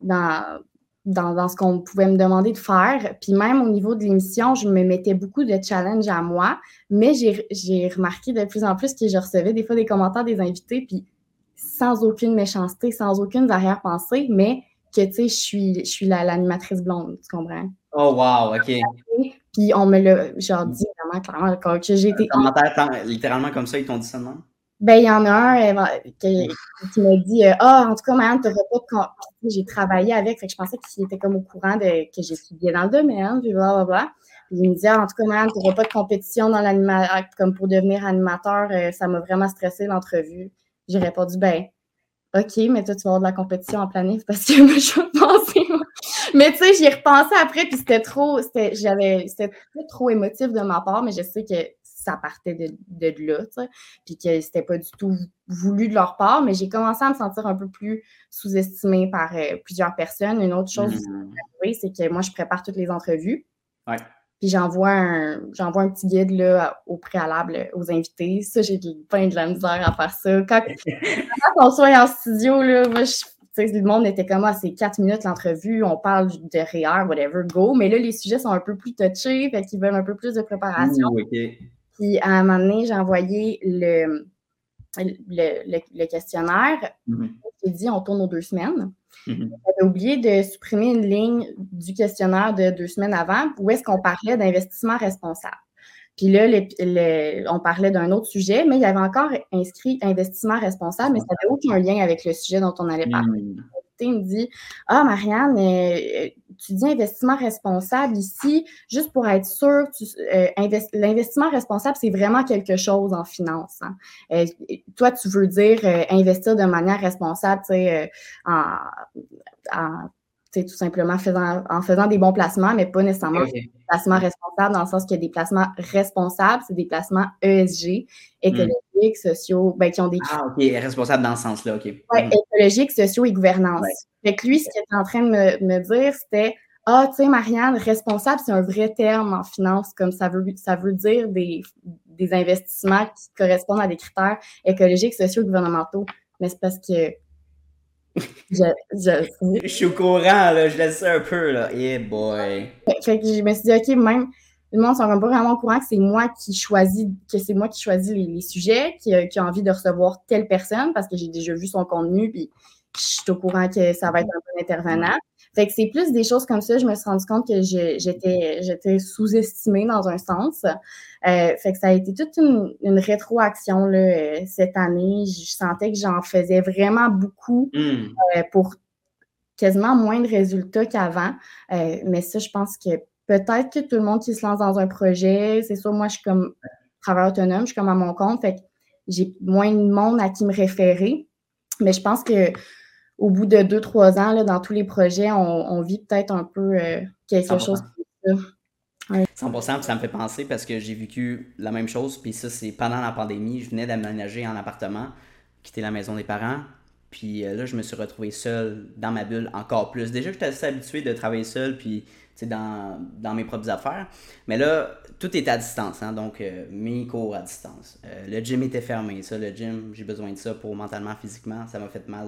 [SPEAKER 2] dans ce qu'on pouvait me demander de faire. Puis même au niveau de l'émission, je me mettais beaucoup de challenges à moi, mais j'ai remarqué de plus en plus que je recevais des fois des commentaires des invités, puis sans aucune méchanceté, sans aucune arrière-pensée, mais que, tu sais, je suis l'animatrice blonde, tu comprends?
[SPEAKER 1] Oh, wow, OK.
[SPEAKER 2] Puis on me l'a genre dit vraiment clairement que j'ai été...
[SPEAKER 1] Commentaire littéralement comme ça, ils t'ont dit ça, non?
[SPEAKER 2] Ben, il y en a un qui m'a dit en tout cas, Marianne, tu n'auras pas de... J'ai travaillé avec, fait que je pensais qu'il était comme au courant que j'étudiais dans le domaine, puis blablabla. Puis il me disait en tout cas, Marianne, tu n'auras pas de compétition dans comme pour devenir animateur. Ça m'a vraiment stressé l'entrevue. J'ai répondu, ben, OK, mais toi, tu vas avoir de la compétition en planif parce que moi, je vais penser. Mais tu sais, j'y ai repensé après, puis c'était pas trop émotif de ma part, mais je sais que ça partait de là, tu sais, puis que c'était pas du tout voulu de leur part, mais j'ai commencé à me sentir un peu plus sous-estimée par plusieurs personnes. Une autre chose qui m'est arrivée, c'est que moi, je prépare toutes les entrevues.
[SPEAKER 1] Ouais.
[SPEAKER 2] Puis j'envoie un petit guide là, au préalable aux invités. Ça, j'ai plein de la misère à faire ça. Quand on soit en studio, là, moi, le monde était comme c'est 4 minutes l'entrevue, on parle de REER, whatever, go. Mais là, les sujets sont un peu plus touchés, fait qu'ils veulent un peu plus de préparation.
[SPEAKER 1] Okay.
[SPEAKER 2] Puis à un moment donné, j'ai envoyé le questionnaire. J'ai dit on tourne aux 2 semaines. J'avais oublié de supprimer une ligne du questionnaire de 2 semaines avant où est-ce qu'on parlait d'investissement responsable. Puis là, on parlait d'un autre sujet, mais il y avait encore inscrit investissement responsable, mais ça n'avait aucun lien avec le sujet dont on allait parler. Il me dit Marianne, tu dis investissement responsable ici, juste pour être sûr, l'investissement responsable, c'est vraiment quelque chose en finance. Hein. Toi, tu veux dire investir de manière responsable, tu sais, tout simplement en faisant des bons placements, mais pas nécessairement des placements responsables, dans le sens qu'il y a des placements responsables, c'est des placements ESG, écologiques, sociaux, qui ont des...
[SPEAKER 1] Ah, OK, responsable dans ce sens-là, OK.
[SPEAKER 2] Oui, écologiques, sociaux et gouvernance. Fait que lui, ce qu'il était en train de me dire, c'était tu sais, Marianne, responsable, c'est un vrai terme en finance, comme ça veut dire des investissements qui correspondent à des critères écologiques, sociaux et gouvernementaux. Mais c'est parce que
[SPEAKER 1] je suis au courant, là, je laisse ça un peu, là. Yeah, boy.
[SPEAKER 2] Fait que je me suis dit, OK, même le monde sont pas vraiment au courant que c'est moi qui choisis les sujets, qui a envie de recevoir telle personne, parce que j'ai déjà vu son contenu, puis je suis au courant que ça va être un bon intervenant. Fait que c'est plus des choses comme ça. Je me suis rendu compte que j'étais sous-estimée dans un sens. Fait que ça a été toute une rétroaction là, cette année. Je sentais que j'en faisais vraiment beaucoup pour quasiment moins de résultats qu'avant. Mais ça, je pense que peut-être que tout le monde qui se lance dans un projet, c'est sûr, moi, je suis comme travailleur autonome, je suis comme à mon compte, fait que j'ai moins de monde à qui me référer. Mais je pense que au bout de 2-3 ans, là, dans tous les projets, on vit peut-être un peu quelque
[SPEAKER 1] 100%.
[SPEAKER 2] chose comme ça.
[SPEAKER 1] Ouais. 100%, puis ça me fait penser parce que j'ai vécu la même chose, puis ça, c'est pendant la pandémie. Je venais d'aménager en appartement, quitter la maison des parents, puis là, je me suis retrouvé seul dans ma bulle encore plus. Déjà, j'étais assez habitué de travailler seul, puis dans mes propres affaires. Mais là, tout était à distance, hein, donc mes cours à distance. Le gym était fermé, ça, le gym, j'ai besoin de ça pour mentalement, physiquement. Ça m'a fait mal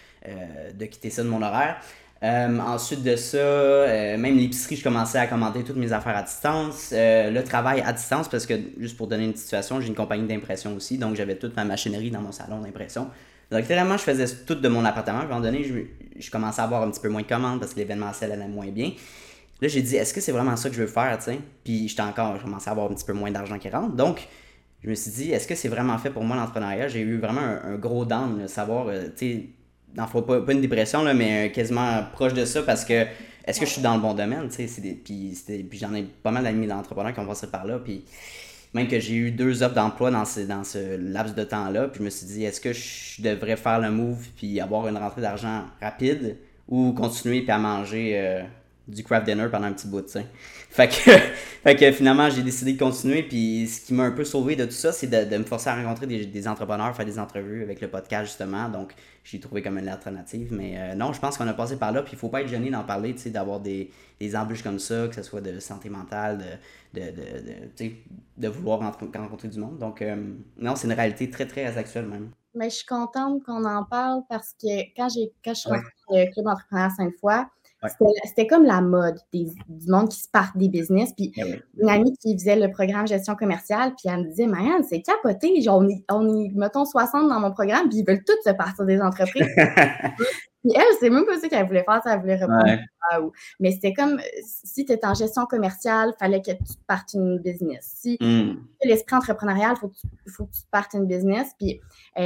[SPEAKER 1] de quitter ça de mon horaire. Ensuite de ça, même l'épicerie, je commençais à commander toutes mes affaires à distance. Le travail à distance, parce que, juste pour donner une petite situation, j'ai une compagnie d'impression aussi, donc j'avais toute ma machinerie dans mon salon d'impression. Donc, littéralement, je faisais tout de mon appartement. À un moment donné, je commençais à avoir un petit peu moins de commandes parce que l'événementiel allait moins bien. Là, j'ai dit, est-ce que c'est vraiment ça que je veux faire, tu sais? Puis, je commençais à avoir un petit peu moins d'argent qui rentre. Donc, je me suis dit, est-ce que c'est vraiment fait pour moi l'entrepreneuriat? J'ai eu vraiment un gros down, là, savoir, tu sais, pas une dépression, là, mais quasiment proche de ça parce que, est-ce que je suis dans le bon domaine, tu sais? Puis j'en ai pas mal d'amis d'entrepreneurs qui ont passé par là, puis même que j'ai eu 2 offres d'emploi dans ce laps de temps-là, puis je me suis dit, est-ce que je devrais faire le move puis avoir une rentrée d'argent rapide ou continuer puis à manger du craft dinner pendant un petit bout, tu sais. Fait que finalement, j'ai décidé de continuer, puis ce qui m'a un peu sauvé de tout ça, c'est de me forcer à rencontrer des entrepreneurs, faire des entrevues avec le podcast, justement, donc j'ai trouvé comme une alternative, mais non, je pense qu'on a passé par là, puis il faut pas être gêné d'en parler, tu sais, d'avoir des embûches comme ça, que ce soit de santé mentale, de vouloir rencontrer du monde, donc non, c'est une réalité très, très actuelle même.
[SPEAKER 2] Mais je suis contente qu'on en parle parce que quand je suis rentrée dans le club d'entrepreneurs Sainte-Foy, c'était comme la mode du monde qui se part des business. Puis une amie qui faisait le programme gestion commerciale, puis elle me disait, Marianne, c'est capoté. Genre, on est, mettons, 60 dans mon programme, puis ils veulent tous se partir des entreprises. Puis elle, c'est même pas ça qu'elle voulait faire, ça, elle voulait répondre. Mais c'était comme, si tu étais en gestion commerciale, il fallait que tu partes une business. Si tu as l'esprit entrepreneurial, il faut que tu partes une business. Puis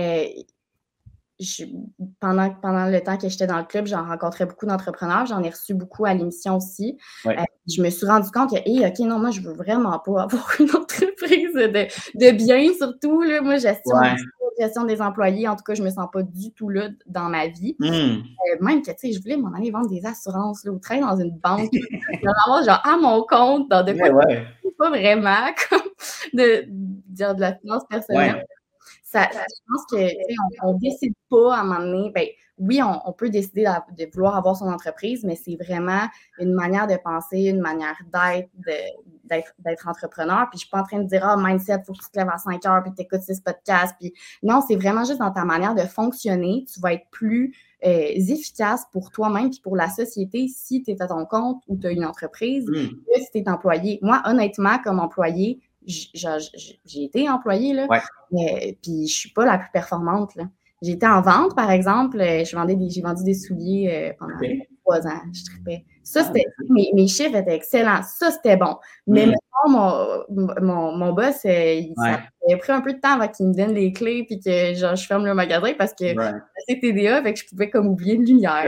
[SPEAKER 2] pendant le temps que j'étais dans le club, j'en rencontrais beaucoup d'entrepreneurs. J'en ai reçu beaucoup à l'émission aussi. Je me suis rendu compte que, OK, non, moi, je veux vraiment pas avoir une entreprise de biens, surtout. Là. Moi, gestion gestion des employés. En tout cas, je me sens pas du tout là dans ma vie.
[SPEAKER 1] Hmm.
[SPEAKER 2] Même que, tu sais, je voulais m'en aller vendre des assurances, là, ou travailler dans une banque. Vraiment, genre, à mon compte, dans de quoi pas vraiment, comme de dire de la finance personnelle.
[SPEAKER 1] Ouais.
[SPEAKER 2] Je pense que, tu sais, on décide pas à un moment donné, ben oui, on peut décider de vouloir avoir son entreprise, mais c'est vraiment une manière de penser, une manière d'être entrepreneur. Puis je suis pas en train de dire, mindset, faut que tu te lèves à 5 heures, puis tu écoutes 6 podcasts. Puis non, c'est vraiment juste dans ta manière de fonctionner. Tu vas être plus efficace pour toi-même puis pour la société si tu es à ton compte ou tu as une entreprise que si tu es employé. Moi, honnêtement, comme employé, j'ai été employée, là, puis je suis pas la plus performante, là. J'étais en vente, par exemple. J'ai vendu des souliers pendant 3 ans. Je trippais. Ça, c'était, mes chiffres étaient excellents. Ça, c'était bon. Mais maintenant, mon boss, ça a pris un peu de temps avant qu'il me donne les clés puis que genre, je ferme le magasin parce que c'est TDA, fait que je pouvais comme oublier une lumière.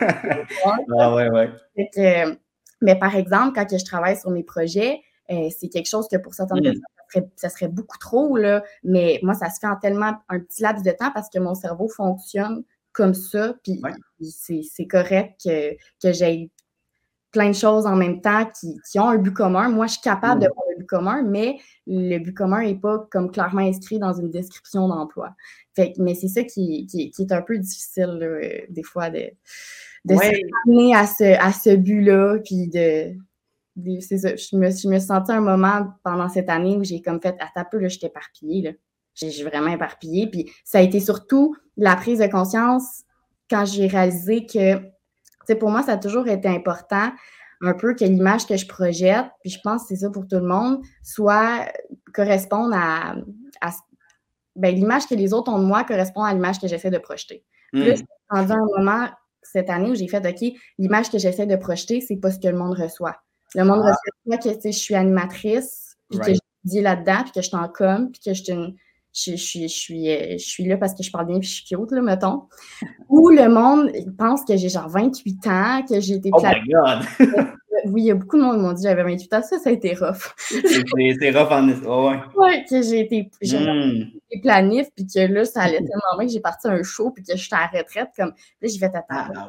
[SPEAKER 2] Mais par exemple, quand je travaille sur mes projets, c'est quelque chose que pour certaines personnes, ça serait beaucoup trop, là, mais moi, ça se fait en tellement un petit laps de temps parce que mon cerveau fonctionne comme ça, puis c'est correct que j'aie plein de choses en même temps qui ont un but commun. Moi, je suis capable de voir le but commun, mais le but commun n'est pas comme clairement inscrit dans une description d'emploi. Mais c'est ça qui est un peu difficile, là, des fois, de s'amener à ce but-là, puis c'est ça. Je me suis sentie un moment pendant cette année où j'ai comme fait, attends un peu, là, je suis éparpillée, là. J'ai vraiment éparpillée. Puis ça a été surtout la prise de conscience quand j'ai réalisé que, tu sais, pour moi, ça a toujours été important un peu que l'image que je projette, puis je pense que c'est ça pour tout le monde, corresponde à l'image que les autres ont de moi correspond à l'image que j'essaie de projeter. Puis là, j'ai rendu un moment cette année où j'ai fait, OK, l'image que j'essaie de projeter, c'est pas ce que le monde reçoit. Le monde reçoit que, tu sais, je suis animatrice, puis que je dis là-dedans, puis que je suis en com, puis que je suis là parce que je parle bien, puis je suis cute, là, mettons. Ou le monde pense que j'ai genre 28 ans, que j'ai été
[SPEAKER 1] planif. Oh my God!
[SPEAKER 2] Oui, il y a beaucoup de monde qui m'ont dit que j'avais 28 ans. Ça a été rough.
[SPEAKER 1] C'est rough en histoire,
[SPEAKER 2] ouais, que j'ai été planif, puis que là, ça allait tellement bien que j'ai parti un show, puis que j'étais à la retraite. Comme, là, j'ai fait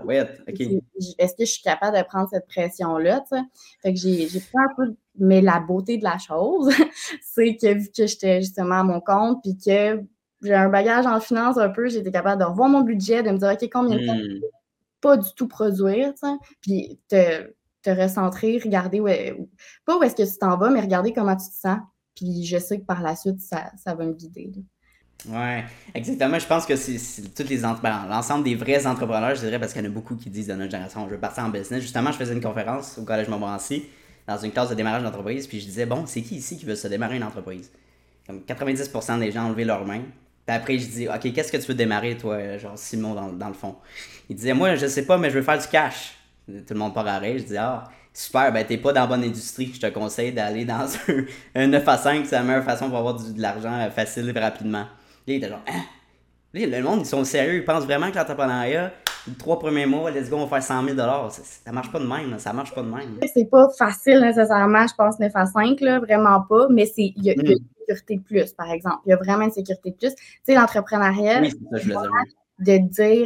[SPEAKER 2] est-ce que je suis capable de prendre cette pression-là, tu sais? Fait que j'ai pris un peu, mais la beauté de la chose, c'est que vu que j'étais justement à mon compte, puis que j'ai un bagage en finance un peu, j'étais capable de revoir mon budget, de me dire, OK, combien de temps je peux pas du tout produire, tu sais? Puis te recentrer, regarder pas où est-ce que tu t'en vas, mais regarder comment tu te sens. Puis je sais que par la suite, ça va me guider.
[SPEAKER 1] Oui, exactement. Je pense que c'est l'ensemble des vrais entrepreneurs, je dirais, parce qu'il y en a beaucoup qui disent de notre génération, je veux partir en business. Justement, je faisais une conférence au Collège Montmorency dans une classe de démarrage d'entreprise, puis je disais, bon, c'est qui ici qui veut se démarrer une entreprise? Comme 90% des gens ont levé leurs mains. Puis après, je dis, OK, qu'est-ce que tu veux démarrer, toi, genre Simon, dans le fond? Il disait, moi, je sais pas, mais je veux faire du cash. Tout le monde part à rire. Je dis, super, ben t'es pas dans la bonne industrie. Je te conseille d'aller dans un 9 à 5, c'est la meilleure façon pour avoir de l'argent facile et rapidement. Là, il était genre, hein? Là, le monde, ils sont sérieux. Ils pensent vraiment que l'entrepreneuriat, les 3 premiers mois, let's go, on va faire 100 000 $. Ça marche pas de même. Ça marche pas de même.
[SPEAKER 2] C'est pas facile nécessairement, je pense, 9 à 5, là, vraiment pas. Mais il y a une sécurité de plus, par exemple. Il y a vraiment une sécurité de plus. Tu sais, l'entrepreneuriat,
[SPEAKER 1] oui, c'est ça, je
[SPEAKER 2] de dire,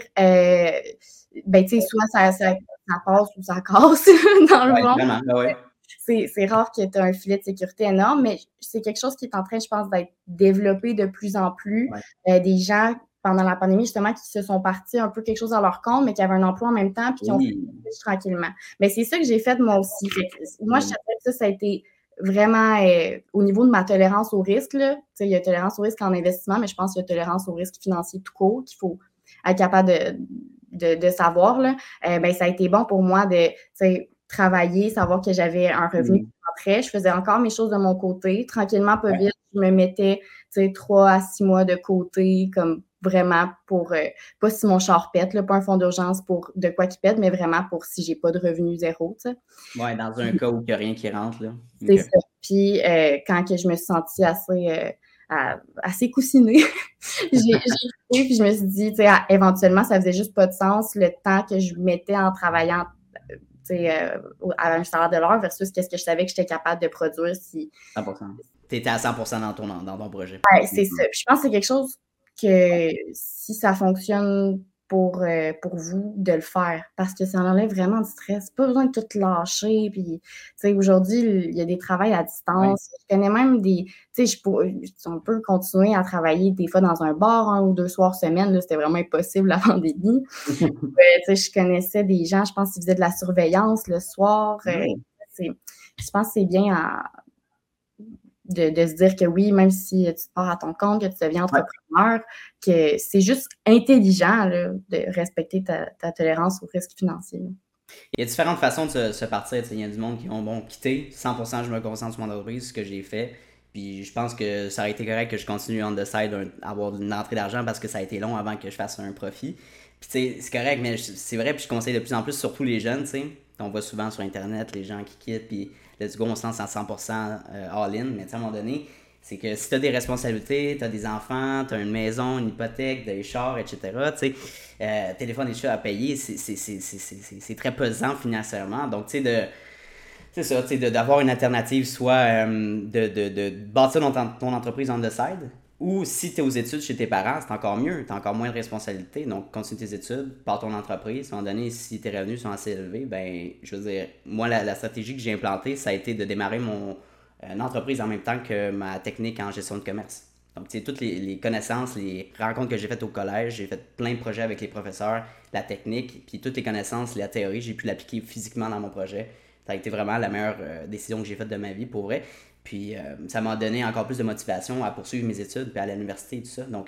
[SPEAKER 2] ben, tu sais, soit ça passe ou ça casse, dans le fond.
[SPEAKER 1] Vraiment,
[SPEAKER 2] c'est rare que tu aies un filet de sécurité énorme, mais c'est quelque chose qui est en train, je pense, d'être développé de plus en plus. Des gens, pendant la pandémie, justement, qui se sont partis un peu quelque chose à leur compte, mais qui avaient un emploi en même temps, puis qui ont fait tranquillement. Mais c'est ça que j'ai fait moi aussi. Moi, je savais que ça a été vraiment au niveau de ma tolérance au risque. Là. Il y a tolérance au risque en investissement, mais je pense qu'il y a tolérance au risque financier tout court, qu'il faut être capable de savoir. Là. Ben, ça a été bon pour moi de travailler, savoir que j'avais un revenu qui rentrait. Je faisais encore mes choses de mon côté. Tranquillement, pas vite, je me mettais 3 à 6 mois de côté, comme vraiment pour, pas si mon char pète, là, pas un fonds d'urgence pour de quoi qui pète, mais vraiment pour si j'ai pas de revenu zéro. T'sais.
[SPEAKER 1] Ouais, dans un cas où il n'y a rien qui rentre. Là.
[SPEAKER 2] C'est ça. Puis quand que je me suis sentie assez coussinée, j'ai écouté, puis je me suis dit, éventuellement, ça faisait juste pas de sens le temps que je mettais en travaillant à un salaire de l'heure versus qu'est-ce que je savais que j'étais capable de produire si...
[SPEAKER 1] 100%. Tu étais à 100% dans ton projet.
[SPEAKER 2] Ouais, c'est ça. Puis je pense que c'est quelque chose que si ça fonctionne pour vous, de le faire, parce que ça enlève vraiment du stress. Pas besoin de tout lâcher. Puis, tu sais, aujourd'hui, il y a des travails à
[SPEAKER 1] Ouais.
[SPEAKER 2] distance. Je connais même des. Tu sais, on peut continuer à travailler des fois dans un bar 1 ou 2 soirs semaine. Là, c'était vraiment impossible la pandémie. Tu sais, je connaissais des gens, je pense qu'ils faisaient de la surveillance le soir. Je pense que c'est bien de se dire que oui, même si tu pars à ton compte, que tu deviens
[SPEAKER 1] Ouais.
[SPEAKER 2] entrepreneur, que c'est juste intelligent là, de respecter ta tolérance au risque financier.
[SPEAKER 1] Il y a différentes façons de se partir. Il y a du monde qui ont quitté 100%, je me concentre sur mon entreprise, ce que j'ai fait. Puis je pense que ça aurait été correct que je continue on the side à avoir une entrée d'argent parce que ça a été long avant que je fasse un profit. Puis tu sais, c'est correct, mais c'est vrai, puis je conseille de plus en plus, surtout les jeunes, tu sais. On voit souvent sur Internet les gens qui quittent, puis let's go, on se lance à 100% all-in. Mais à un moment donné, c'est que si tu as des responsabilités, tu as des enfants, tu as une maison, une hypothèque, des chars, etc., tu sais, téléphone et chats à payer, c'est très pesant financièrement. Donc, tu sais, c'est ça, tu sais, d'avoir une alternative, soit de bâtir ton entreprise on the side, ou si tu es aux études chez tes parents, c'est encore mieux, tu as encore moins de responsabilités. Donc, continue tes études, pars ton entreprise. À un moment donné, si tes revenus sont assez élevés, ben, je veux dire, moi, la stratégie que j'ai implantée, ça a été de démarrer mon entreprise en même temps que ma technique en gestion de commerce. Donc, tu sais, toutes les connaissances, les rencontres que j'ai faites au collège, j'ai fait plein de projets avec les professeurs, la technique, puis toutes les connaissances, la théorie, j'ai pu l'appliquer physiquement dans mon projet. Ça a été vraiment la meilleure décision que j'ai faite de ma vie, pour vrai. Puis, ça m'a donné encore plus de motivation à poursuivre mes études, puis à l'université et tout ça. Donc,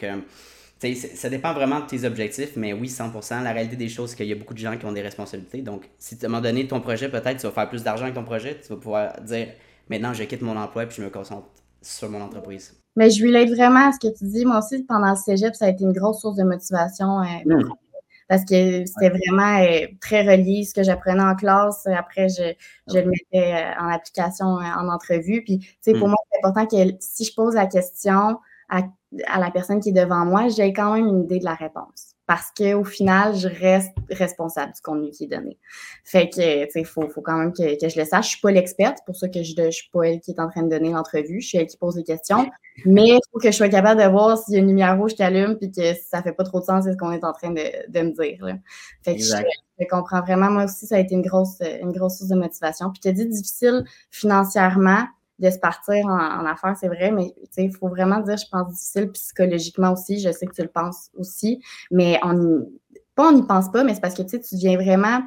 [SPEAKER 1] ça dépend vraiment de tes objectifs, mais oui, 100%. La réalité des choses, c'est qu'il y a beaucoup de gens qui ont des responsabilités. Donc, si à un moment donné, ton projet, peut-être, tu vas faire plus d'argent avec ton projet, tu vas pouvoir dire, maintenant, je quitte mon emploi, puis je me concentre sur mon entreprise.
[SPEAKER 2] Mais je relate vraiment à ce que tu dis. Moi aussi, pendant le cégep, ça a été une grosse source de motivation parce que c'était vraiment très relié. Ce que j'apprenais en classe, après, je le mettais en application en entrevue. Puis, tu sais, pour moi, c'est important que si je pose la question à la personne qui est devant moi, j'ai quand même une idée de la réponse. Parce qu'au final, je reste responsable du contenu qui est donné. Fait que, tu sais, faut quand même que je le sache. Je suis pas l'experte, pour ça que je suis pas elle qui est en train de donner l'entrevue. Je suis elle qui pose les questions. Mais il faut que je sois capable de voir s'il y a une lumière rouge qui allume puis que ça fait pas trop de sens c'est ce qu'on est en train de me dire. Là. Fait que je comprends vraiment. Moi aussi, ça a été une grosse source de motivation. Puis tu as dit difficile financièrement de se partir en affaires, c'est vrai, mais il faut vraiment dire, je pense, difficile psychologiquement aussi. Je sais que tu le penses aussi, mais on n'y pense pas, mais c'est parce que tu deviens vraiment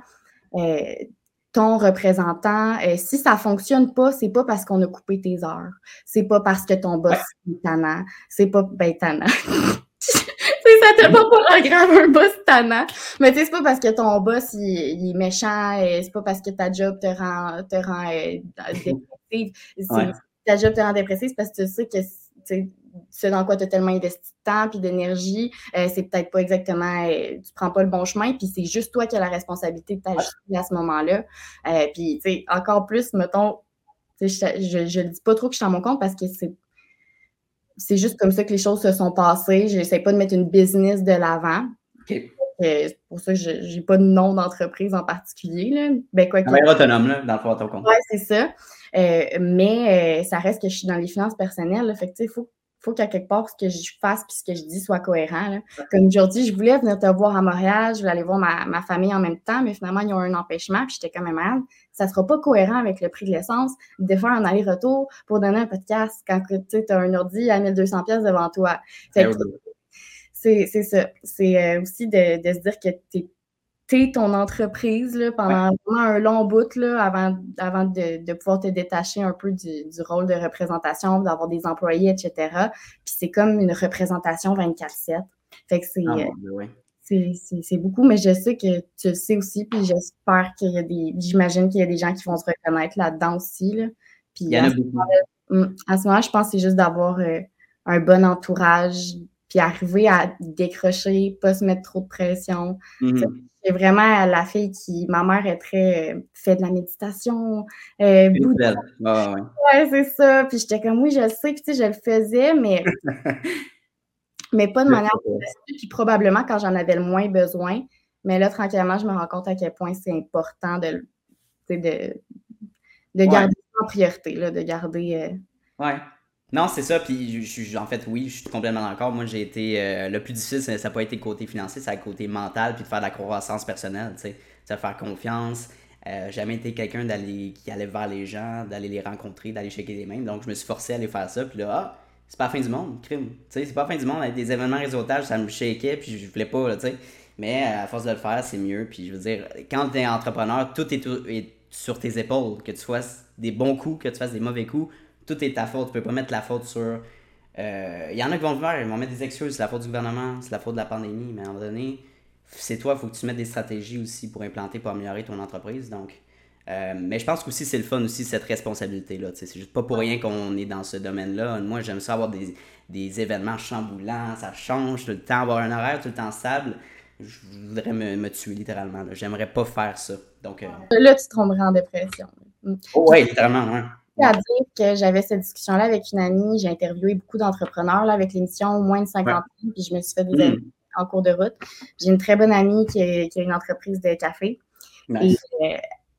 [SPEAKER 2] ton représentant. Si ça fonctionne pas, c'est pas parce qu'on a coupé tes heures. C'est pas parce que ton boss est tannant. C'est pas tannant. Ça t'a pas grave un boss tannant. Mais tu sais, c'est pas parce que ton boss il est méchant, c'est pas parce que ta job te rend dépressive. Ta job te rend dépressive, c'est parce que tu sais que ce dans quoi tu as tellement investi de temps puis d'énergie, c'est peut-être pas exactement, tu prends pas le bon chemin, puis c'est juste toi qui as la responsabilité de t'ajuster à ce moment-là. Puis, tu sais, encore plus, mettons, je le dis pas trop que je suis à mon compte parce que c'est juste comme ça que les choses se sont passées. J'essaie pas de mettre une business de l'avant.
[SPEAKER 1] OK.
[SPEAKER 2] C'est pour ça que j'ai pas de nom d'entreprise en particulier. Là. Ben, quoi que...
[SPEAKER 1] autonome, là, dans le fond, à ton compte.
[SPEAKER 2] Oui, c'est ça. Mais ça reste que je suis dans les finances personnelles. Là. Fait que, tu sais, faut qu'à quelque part, ce que je fasse puis ce que je dis soit cohérent. Là. Comme aujourd'hui, je voulais venir te voir à Montréal, je voulais aller voir ma famille en même temps, mais finalement, ils ont un empêchement, puis j'étais quand même malade. Ça sera pas cohérent avec le prix de l'essence de faire un aller-retour pour donner un podcast quand tu as un ordi à 1200$ devant toi. Fait que, c'est ça. C'est aussi de se dire que t'es ton entreprise là, pendant vraiment un long bout là, avant de pouvoir te détacher un peu du rôle de représentation, d'avoir des employés, etc. Puis c'est comme une représentation 24/7. Fait que c'est beaucoup, mais je sais que tu le sais aussi, puis j'espère j'imagine qu'il y a des gens qui vont se reconnaître là-dedans aussi. Là. Puis
[SPEAKER 1] il y en a beaucoup.
[SPEAKER 2] À ce moment-là, je pense que c'est juste d'avoir un bon entourage, puis arriver à décrocher, pas se mettre trop de pression. C'est vraiment la fille ma mère est très, fait de la méditation, bouddhiste. Ouais, c'est ça. Puis j'étais comme, oui, je le sais, puis tu sais, je le faisais, mais pas de manière progressive, puis probablement quand j'en avais le moins besoin. Mais là, tranquillement, je me rends compte à quel point c'est important de garder ça en priorité, là, de garder...
[SPEAKER 1] Non, c'est ça, puis en fait, oui, je suis complètement d'accord. Moi, j'ai été, le plus difficile, ça n'a pas été le côté financier, c'est le côté mental, puis de faire de la croissance personnelle, tu sais, de faire confiance. Jamais été quelqu'un qui allait vers les gens, d'aller les rencontrer, d'aller shaker les mains, donc je me suis forcé à aller faire ça, puis là, c'est pas la fin du monde, crime. Tu sais, c'est pas la fin du monde, avec des événements réseautage, ça me shakait, puis je voulais pas, là, tu sais. Mais à force de le faire, c'est mieux, puis je veux dire, quand t'es entrepreneur, est sur tes épaules, que tu fasses des bons coups, que tu fasses des mauvais coups, tout est ta faute. Tu peux pas mettre la faute sur. Il y en a qui vont le faire, ils vont mettre des excuses. C'est la faute du gouvernement, c'est la faute de la pandémie. Mais à un moment donné, c'est toi, il faut que tu mettes des stratégies aussi pour implanter, pour améliorer ton entreprise. Donc, mais je pense qu'aussi c'est le fun aussi, cette responsabilité-là. C'est juste pas pour rien qu'on est dans ce domaine-là. Moi, j'aime ça avoir des événements chamboulants, ça change tout le temps, avoir un horaire tout le temps stable. Je voudrais me tuer littéralement. Là. J'aimerais pas faire ça. Donc,
[SPEAKER 2] Là, tu tomberais en dépression.
[SPEAKER 1] ouais, littéralement, ouais.
[SPEAKER 2] À dire que j'avais cette discussion-là avec une amie. J'ai interviewé beaucoup d'entrepreneurs là, avec l'émission Moins de 50 ans, puis je me suis fait des amis en cours de route. J'ai une très bonne amie qui a une entreprise de café.
[SPEAKER 1] Nice.
[SPEAKER 2] Et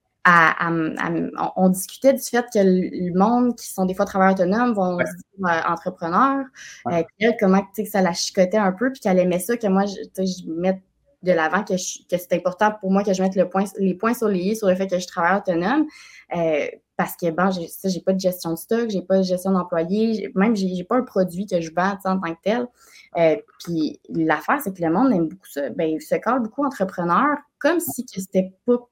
[SPEAKER 2] on discutait du fait que le monde qui sont des fois travailleurs autonomes vont se dire entrepreneurs. Elle, comment que ça la chicotait un peu, puis qu'elle aimait ça, que moi, je mette de l'avant que c'est important pour moi que je mette les points sur les i sur le fait que je travaille autonome. Parce que, bon, j'ai pas de gestion de stock, j'ai pas de gestion d'employés, même j'ai pas un produit que je vends en tant que tel. Puis l'affaire, c'est que le monde aime beaucoup ça. Ben, il se colle beaucoup entrepreneur, comme si que c'était pas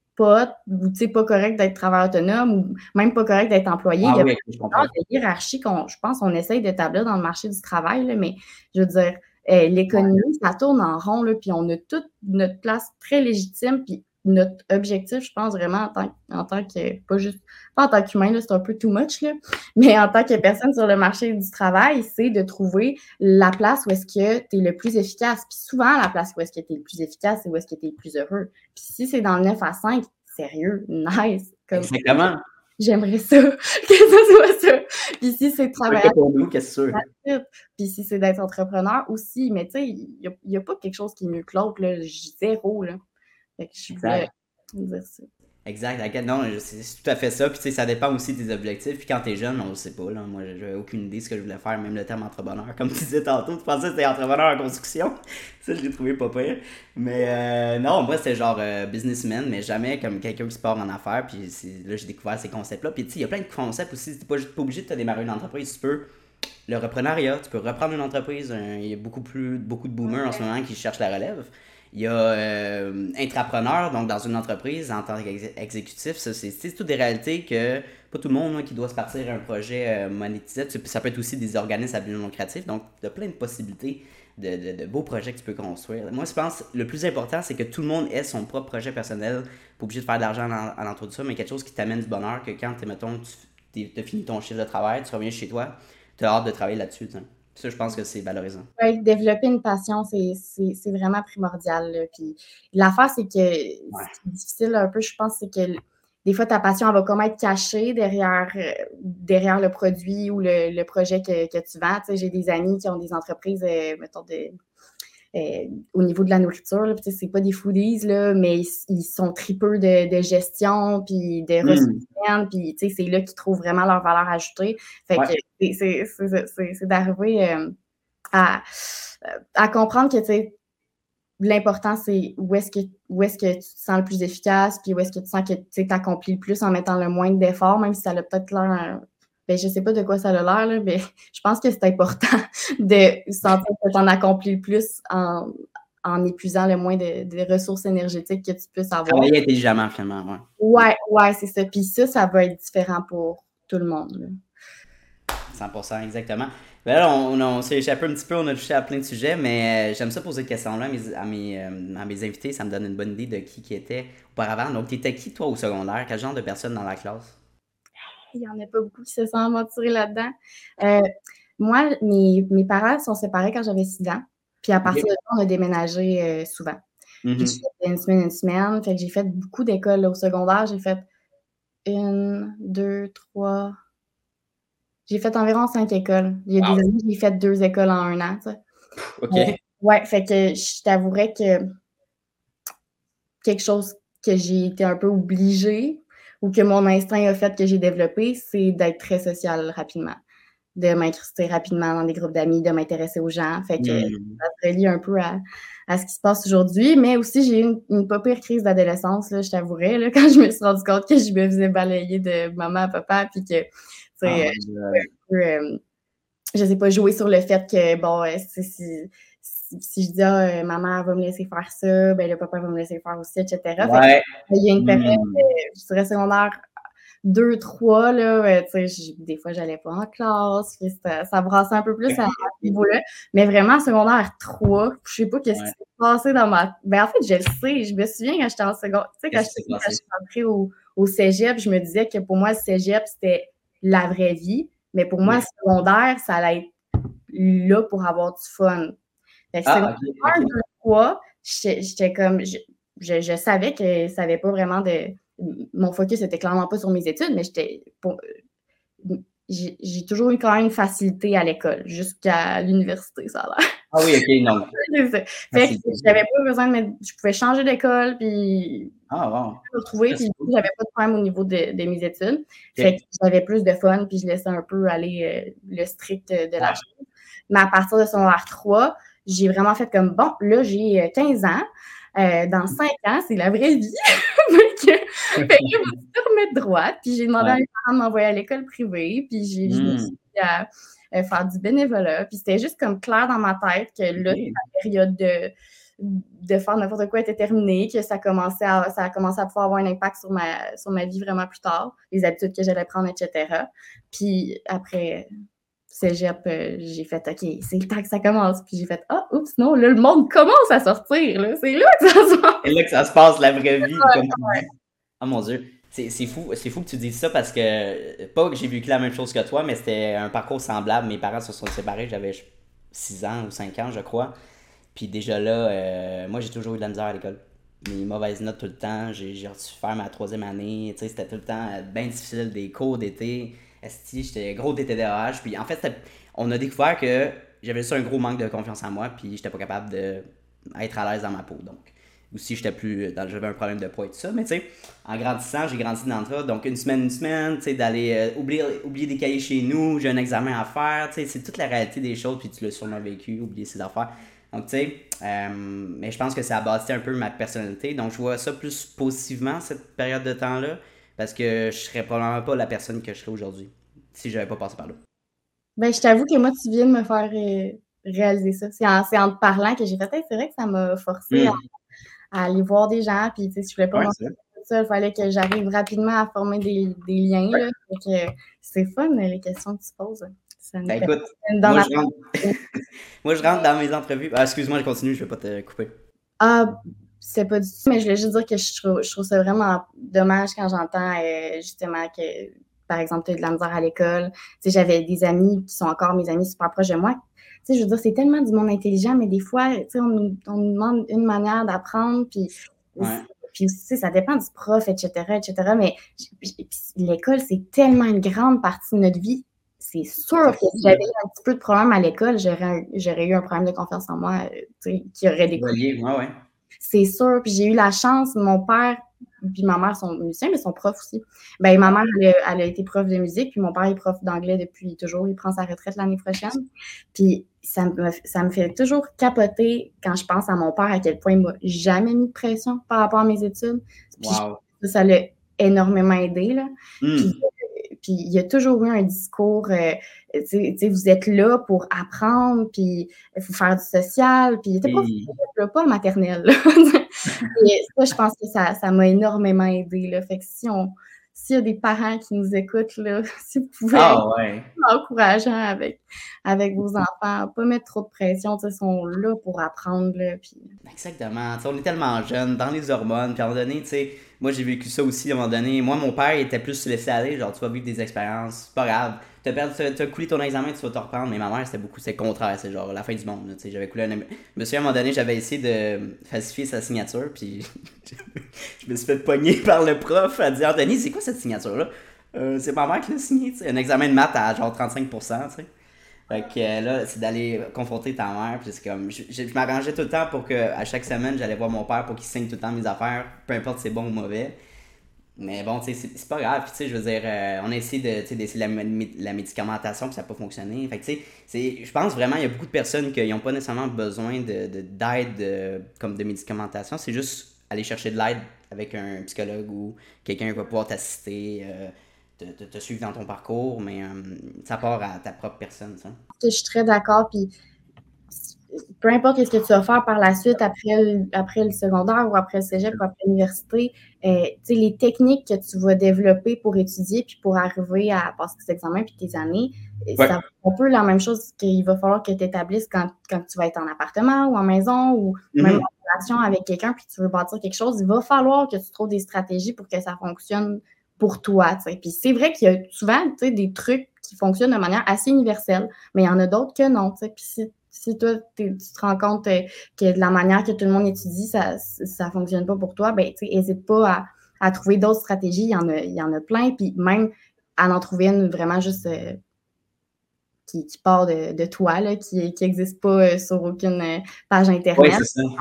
[SPEAKER 2] ou pas correct d'être travailleur autonome ou même pas correct d'être employé. Il y a
[SPEAKER 1] oui, je comprends.
[SPEAKER 2] de hiérarchie je pense qu'on essaye d'établir dans le marché du travail, là, mais je veux dire, l'économie, ça tourne en rond, là, puis on a toute notre place très légitime, puis notre objectif, je pense vraiment en tant que, pas en tant qu'humain, là, c'est un peu too much, là, mais en tant que personne sur le marché du travail, c'est de trouver la place où est-ce que tu es le plus efficace. Puis souvent, la place où est-ce que tu es le plus efficace, c'est où est-ce que tu es le plus heureux. Puis si c'est dans le 9 à 5, sérieux, nice.
[SPEAKER 1] Exactement.
[SPEAKER 2] J'aimerais ça, que ça soit ça. Puis si c'est de travailler
[SPEAKER 1] pour nous, qu'est-ce que c'est?
[SPEAKER 2] Puis si c'est d'être entrepreneur aussi, mais tu sais, il n'y a pas quelque chose qui est mieux que l'autre, là. Zéro, là. Fait que je voulais dire ça.
[SPEAKER 1] Exact. Non, c'est tout à fait ça. Puis tu sais, ça dépend aussi des objectifs. Puis quand t'es jeune, on le sait pas. Là. Moi, j'avais aucune idée de ce que je voulais faire, même le terme entrepreneur. Comme tu disais tantôt, tu pensais que c'était entrepreneur en construction. Ça, je l'ai trouvé pas pire. Mais non, moi, c'était genre businessman, mais jamais comme quelqu'un qui se part en affaires. Puis là, j'ai découvert ces concepts-là. Puis tu sais, il y a plein de concepts aussi. T'es pas obligé de te démarrer une entreprise. Tu peux le reprenariat, tu peux reprendre une entreprise. Il y a beaucoup de boomers en ce moment qui cherchent la relève. Il y a intrapreneur, donc dans une entreprise en tant qu'exécutif. Ça, c'est toutes des réalités que pas tout le monde qui doit se partir un projet monétisé. Ça peut être aussi des organismes à but non lucratif. Donc, il y a plein de possibilités de beaux projets que tu peux construire. Moi, je pense que le plus important, c'est que tout le monde ait son propre projet personnel. Pas obligé de faire de l'argent à l'entour de ça, mais quelque chose qui t'amène du bonheur, que quand, mettons, tu as fini ton chiffre de travail, tu reviens chez toi, tu as hâte de travailler là-dessus. T'sais. Ça, je pense que c'est valorisant.
[SPEAKER 2] Oui, développer une passion, c'est vraiment primordial. Là. Puis l'affaire, c'est que ce qui est difficile un peu, je pense, c'est que des fois, ta passion, elle va comme être cachée derrière le produit ou le projet que tu vends. Tu sais, j'ai des amis qui ont des entreprises, mettons, au niveau de la nourriture, là, c'est pas des foodies, là, mais ils sont tripeux de gestion, puis de ressources humaines, puis c'est là qu'ils trouvent vraiment leur valeur ajoutée. Fait que c'est d'arriver à comprendre que l'important, c'est où est-ce que tu te sens le plus efficace, puis où est-ce que tu sens que tu accomplis le plus en mettant le moins d'efforts, même si ça a peut-être l'air... Ben, je sais pas de quoi ça a l'air, là, mais je pense que c'est important de sentir que tu en accomplis le plus en épuisant le moins de ressources énergétiques que tu puisses avoir.
[SPEAKER 1] Travailler intelligemment, finalement,
[SPEAKER 2] Ouais, c'est ça. Puis ça va être différent pour tout le monde. Là.
[SPEAKER 1] 100%, exactement. Ben là, on s'est échappé un petit peu, on a touché à plein de sujets, mais j'aime ça poser cette question-là à mes invités. Ça me donne une bonne idée de qui était auparavant. Donc, tu étais qui, toi, au secondaire? Quel genre de personne dans la classe?
[SPEAKER 2] Il n'y en a pas beaucoup qui se sont aventurés là-dedans. Moi, mes parents sont séparés quand j'avais 6 ans. Puis à partir de là, on a déménagé souvent. Puis je faisais une semaine. Fait que j'ai fait beaucoup d'écoles au secondaire. J'ai fait 1, 2, 3... J'ai fait environ 5 écoles. Il y a des années, j'ai fait 2 écoles en 1 an. Ça.
[SPEAKER 1] OK.
[SPEAKER 2] Ouais, fait que je t'avouerais que quelque chose que j'ai été un peu obligée ou que mon instinct a fait que j'ai développé, c'est d'être très sociale rapidement. de m'incruster rapidement dans des groupes d'amis, de m'intéresser aux gens. Fait que ça se relie un peu à ce qui se passe aujourd'hui. Mais aussi, j'ai eu une pas pire crise d'adolescence, là, je t'avouerais, là, quand je me suis rendu compte que je me faisais balayer de maman à papa, puis que, tu sais, je sais pas, jouer sur le fait que, bon, si je dis, maman elle va me laisser faire ça, ben le papa va me laisser faire aussi, etc.
[SPEAKER 1] Ouais.
[SPEAKER 2] Fait il y a une période, je dirais secondaire 2, 3, là, tu sais, des fois, j'allais pas en classe, puis ça brassait un peu plus à ce niveau-là. Mais vraiment, secondaire 3, je sais pas qu'est-ce qui s'est passé dans ma... Ben, en fait, je le sais, je me souviens quand j'étais en secondaire, tu sais, quand je suis entrée au cégep, je me disais que pour moi, le cégep, c'était la vraie vie. Mais pour moi, secondaire, ça allait être là pour avoir du fun. Fait que secondaire 1, 2, 3, j'étais comme... Je savais que ça n'avait pas vraiment de... Mon focus était clairement pas sur mes études, mais j'ai toujours eu quand même une facilité à l'école, jusqu'à l'université, ça a l'air.
[SPEAKER 1] Ah oui, ok, non.
[SPEAKER 2] Fait que j'avais pas besoin de mettre... Je pouvais changer d'école, puis me retrouver, puis j'avais pas de problème au niveau de mes études. Fait que j'avais plus de fun, puis je laissais un peu aller le strict de la chose. Mais à partir de secondaire 3, j'ai vraiment fait comme, bon, là, j'ai 15 ans. Dans 5 ans, c'est la vraie vie. Fait que je me suis remettre droite, puis j'ai demandé à mes parents de m'envoyer à l'école privée, puis j'ai mis à faire du bénévolat, puis c'était juste comme clair dans ma tête que là, la période de faire n'importe quoi était terminée, que ça a commencé à pouvoir avoir un impact sur ma vie vraiment plus tard, les habitudes que j'allais prendre, etc. Puis après... cégep, j'ai fait, OK, c'est le temps que ça commence. Puis j'ai fait, oups, non, là, le monde commence à sortir, là. C'est là que ça se passe.
[SPEAKER 1] C'est là que ça se passe, la vraie vie, comme tu dis. Oh mon Dieu. C'est fou que tu dises ça parce que, pas que j'ai vécu la même chose que toi, mais c'était un parcours semblable. Mes parents se sont séparés, j'avais 6 ans ou 5 ans, je crois. Puis déjà là, moi, j'ai toujours eu de la misère à l'école. Mes mauvaises notes tout le temps. J'ai dû faire ma 3e année. Tu sais, c'était tout le temps bien difficile, des cours d'été. J'étais gros DTDAH. Puis en fait, on a découvert que j'avais juste un gros manque de confiance en moi. Puis j'étais pas capable d'être à l'aise dans ma peau. Donc, aussi, j'avais un problème de poids et tout ça. Mais tu sais, en grandissant, j'ai grandi dans ça. Donc, une semaine, tu sais, d'aller oublier des cahiers chez nous. J'ai un examen à faire. Tu sais, c'est toute la réalité des choses. Puis tu l'as sûrement vécu, oublier ses affaires. Donc, tu sais, mais je pense que ça a bâti un peu ma personnalité. Donc, je vois ça plus positivement, cette période de temps-là. Parce que je serais probablement pas la personne que je serais aujourd'hui si j'avais pas passé par là.
[SPEAKER 2] Ben, je t'avoue que moi, tu viens de me faire réaliser ça. C'est en te parlant que j'ai fait, c'est vrai que ça m'a forcé à aller voir des gens. Puis, tu sais, si je voulais pas m'en faire tout seul, il fallait que j'arrive rapidement à former des liens. Là. Fait que c'est fun, les questions que tu poses.
[SPEAKER 1] Ben, écoute, moi, je rentre dans mes entrevues. Ah, excuse-moi, je continue, je vais pas te couper.
[SPEAKER 2] C'est pas du tout, mais je voulais juste dire que je trouve ça vraiment dommage quand j'entends justement que, par exemple, tu as de la misère à l'école. Tu sais, j'avais des amis qui sont encore mes amis super proches de moi. Tu sais, je veux dire, c'est tellement du monde intelligent, mais des fois, tu sais, on nous demande une manière d'apprendre, puis tu sais, ça dépend du prof, etc., etc. Mais l'école, c'est tellement une grande partie de notre vie. C'est sûr que si j'avais eu un petit peu de problème à l'école, j'aurais eu un problème de confiance en moi, tu sais, qui aurait découlé. C'est sûr. Puis j'ai eu la chance, mon père puis ma mère sont musiciens, mais sont profs aussi. Ben, ma mère, elle a été prof de musique, puis mon père est prof d'anglais depuis toujours. Il prend sa retraite l'année prochaine. Puis ça me fait toujours capoter quand je pense à mon père, à quel point il m'a jamais mis de pression par rapport à mes études. Puis ça l'a énormément aidé, là. Puis il y a toujours eu un discours, tu sais, vous êtes là pour apprendre, puis il faut faire du social, puis il était pas maternelle. Et ça, je pense que ça m'a énormément aidé, là. Fait que s'il y a des parents qui nous écoutent, là, si vous pouvez être encourageant avec vos enfants, pas mettre trop de pression, ils sont là pour apprendre, là, puis...
[SPEAKER 1] Exactement, t'sais, on est tellement jeunes, dans les hormones, puis à un moment donné, tu sais, moi j'ai vécu ça aussi à un moment donné, moi mon père était plus laissé aller, genre tu vas vivre des expériences, c'est pas grave, t'as coulé ton examen, tu vas te reprendre, mais ma mère c'était le contraire, c'est genre la fin du monde, tu sais, j'avais coulé je me souviens à un moment donné, j'avais essayé de falsifier sa signature, puis je me suis fait pogner par le prof, à dire, Anthony, c'est quoi cette signature-là? C'est ma mère qui l'a signé, tu sais, un examen de maths à genre 35%, tu sais. Fait que là, c'est d'aller confronter ta mère. Puis c'est comme, je m'arrangeais tout le temps pour que à chaque semaine, j'allais voir mon père pour qu'il signe tout le temps mes affaires, peu importe si c'est bon ou mauvais. Mais bon, tu sais, c'est pas grave. Puis, tu sais, je veux dire, on a essayé de, tu sais, d'essayer la médicamentation, puis ça n'a pas fonctionné. Fait que, tu sais, je pense vraiment, il y a beaucoup de personnes qui n'ont pas nécessairement besoin d'aide comme de médicamentation. C'est juste aller chercher de l'aide avec un psychologue ou quelqu'un qui va pouvoir t'assister, te suivre dans ton parcours, mais ça part à ta propre personne, ça.
[SPEAKER 2] Je suis très d'accord. Puis peu importe ce que tu vas faire par la suite après le secondaire ou après le cégep ou après l'université, les techniques que tu vas développer pour étudier puis pour arriver à passer tes examens puis tes années,
[SPEAKER 1] Ouais.
[SPEAKER 2] ça va un peu la même chose qu'il va falloir que tu établisses quand tu vas être en appartement ou en maison ou même en relation avec quelqu'un puis tu veux bâtir quelque chose. Il va falloir que tu trouves des stratégies pour que ça fonctionne pour toi. T'sais. Puis c'est vrai qu'il y a souvent des trucs qui fonctionnent de manière assez universelle, mais il y en a d'autres que non. Puis si toi, tu te rends compte que de la manière que tout le monde étudie, ça fonctionne pas pour toi, ben, n'hésite pas à trouver d'autres stratégies. Il y en a plein. Puis même à en trouver une vraiment juste qui part de toi, là, qui n'existe pas sur aucune page Internet.
[SPEAKER 1] Oui, c'est ça.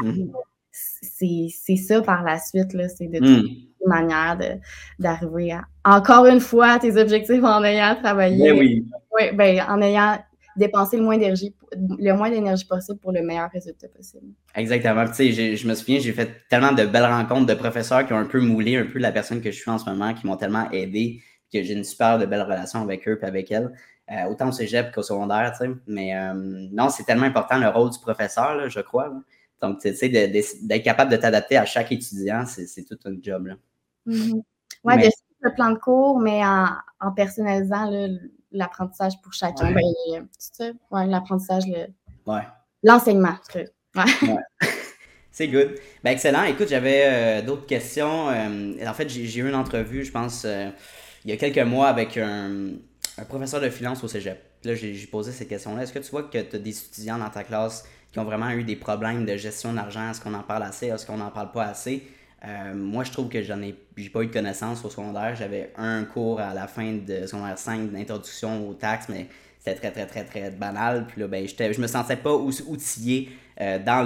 [SPEAKER 2] C'est ça par la suite, là, c'est de trouver une manière d'arriver à, encore une fois, tes objectifs en ayant travaillé.
[SPEAKER 1] Ben oui.
[SPEAKER 2] Oui, ben, en ayant dépensé le moins d'énergie possible pour le meilleur résultat possible.
[SPEAKER 1] Exactement. Tu sais, je me souviens, j'ai fait tellement de belles rencontres de professeurs qui ont un peu moulé un peu la personne que je suis en ce moment, qui m'ont tellement aidé, que j'ai une super de belle relation avec eux et avec elles, autant au cégep qu'au secondaire, tu sais. Mais non, c'est tellement important le rôle du professeur, là, je crois. Là. Donc, tu sais, d'être capable de t'adapter à chaque étudiant, c'est tout un job. Là.
[SPEAKER 2] Mm-hmm. Oui, de suivre le plan de cours, mais en personnalisant l'apprentissage pour chacun. Ouais. Ben, c'est ça? Oui, l'apprentissage, l'enseignement.
[SPEAKER 1] Ouais. C'est good. Ben, excellent. Écoute, j'avais d'autres questions. En fait, j'ai eu une entrevue, je pense, il y a quelques mois avec un professeur de finance au cégep. Là, j'ai posé cette question-là. Est-ce que tu vois que tu as des étudiants dans ta classe qui ont vraiment eu des problèmes de gestion d'argent? Est-ce qu'on en parle assez? Est-ce qu'on n'en parle pas assez? Moi, je trouve que j'ai pas eu de connaissances au secondaire. J'avais un cours à la fin de secondaire 5 d'introduction aux taxes, mais c'était très, très, très, très banal. Puis là, ben, je me sentais pas outillé dans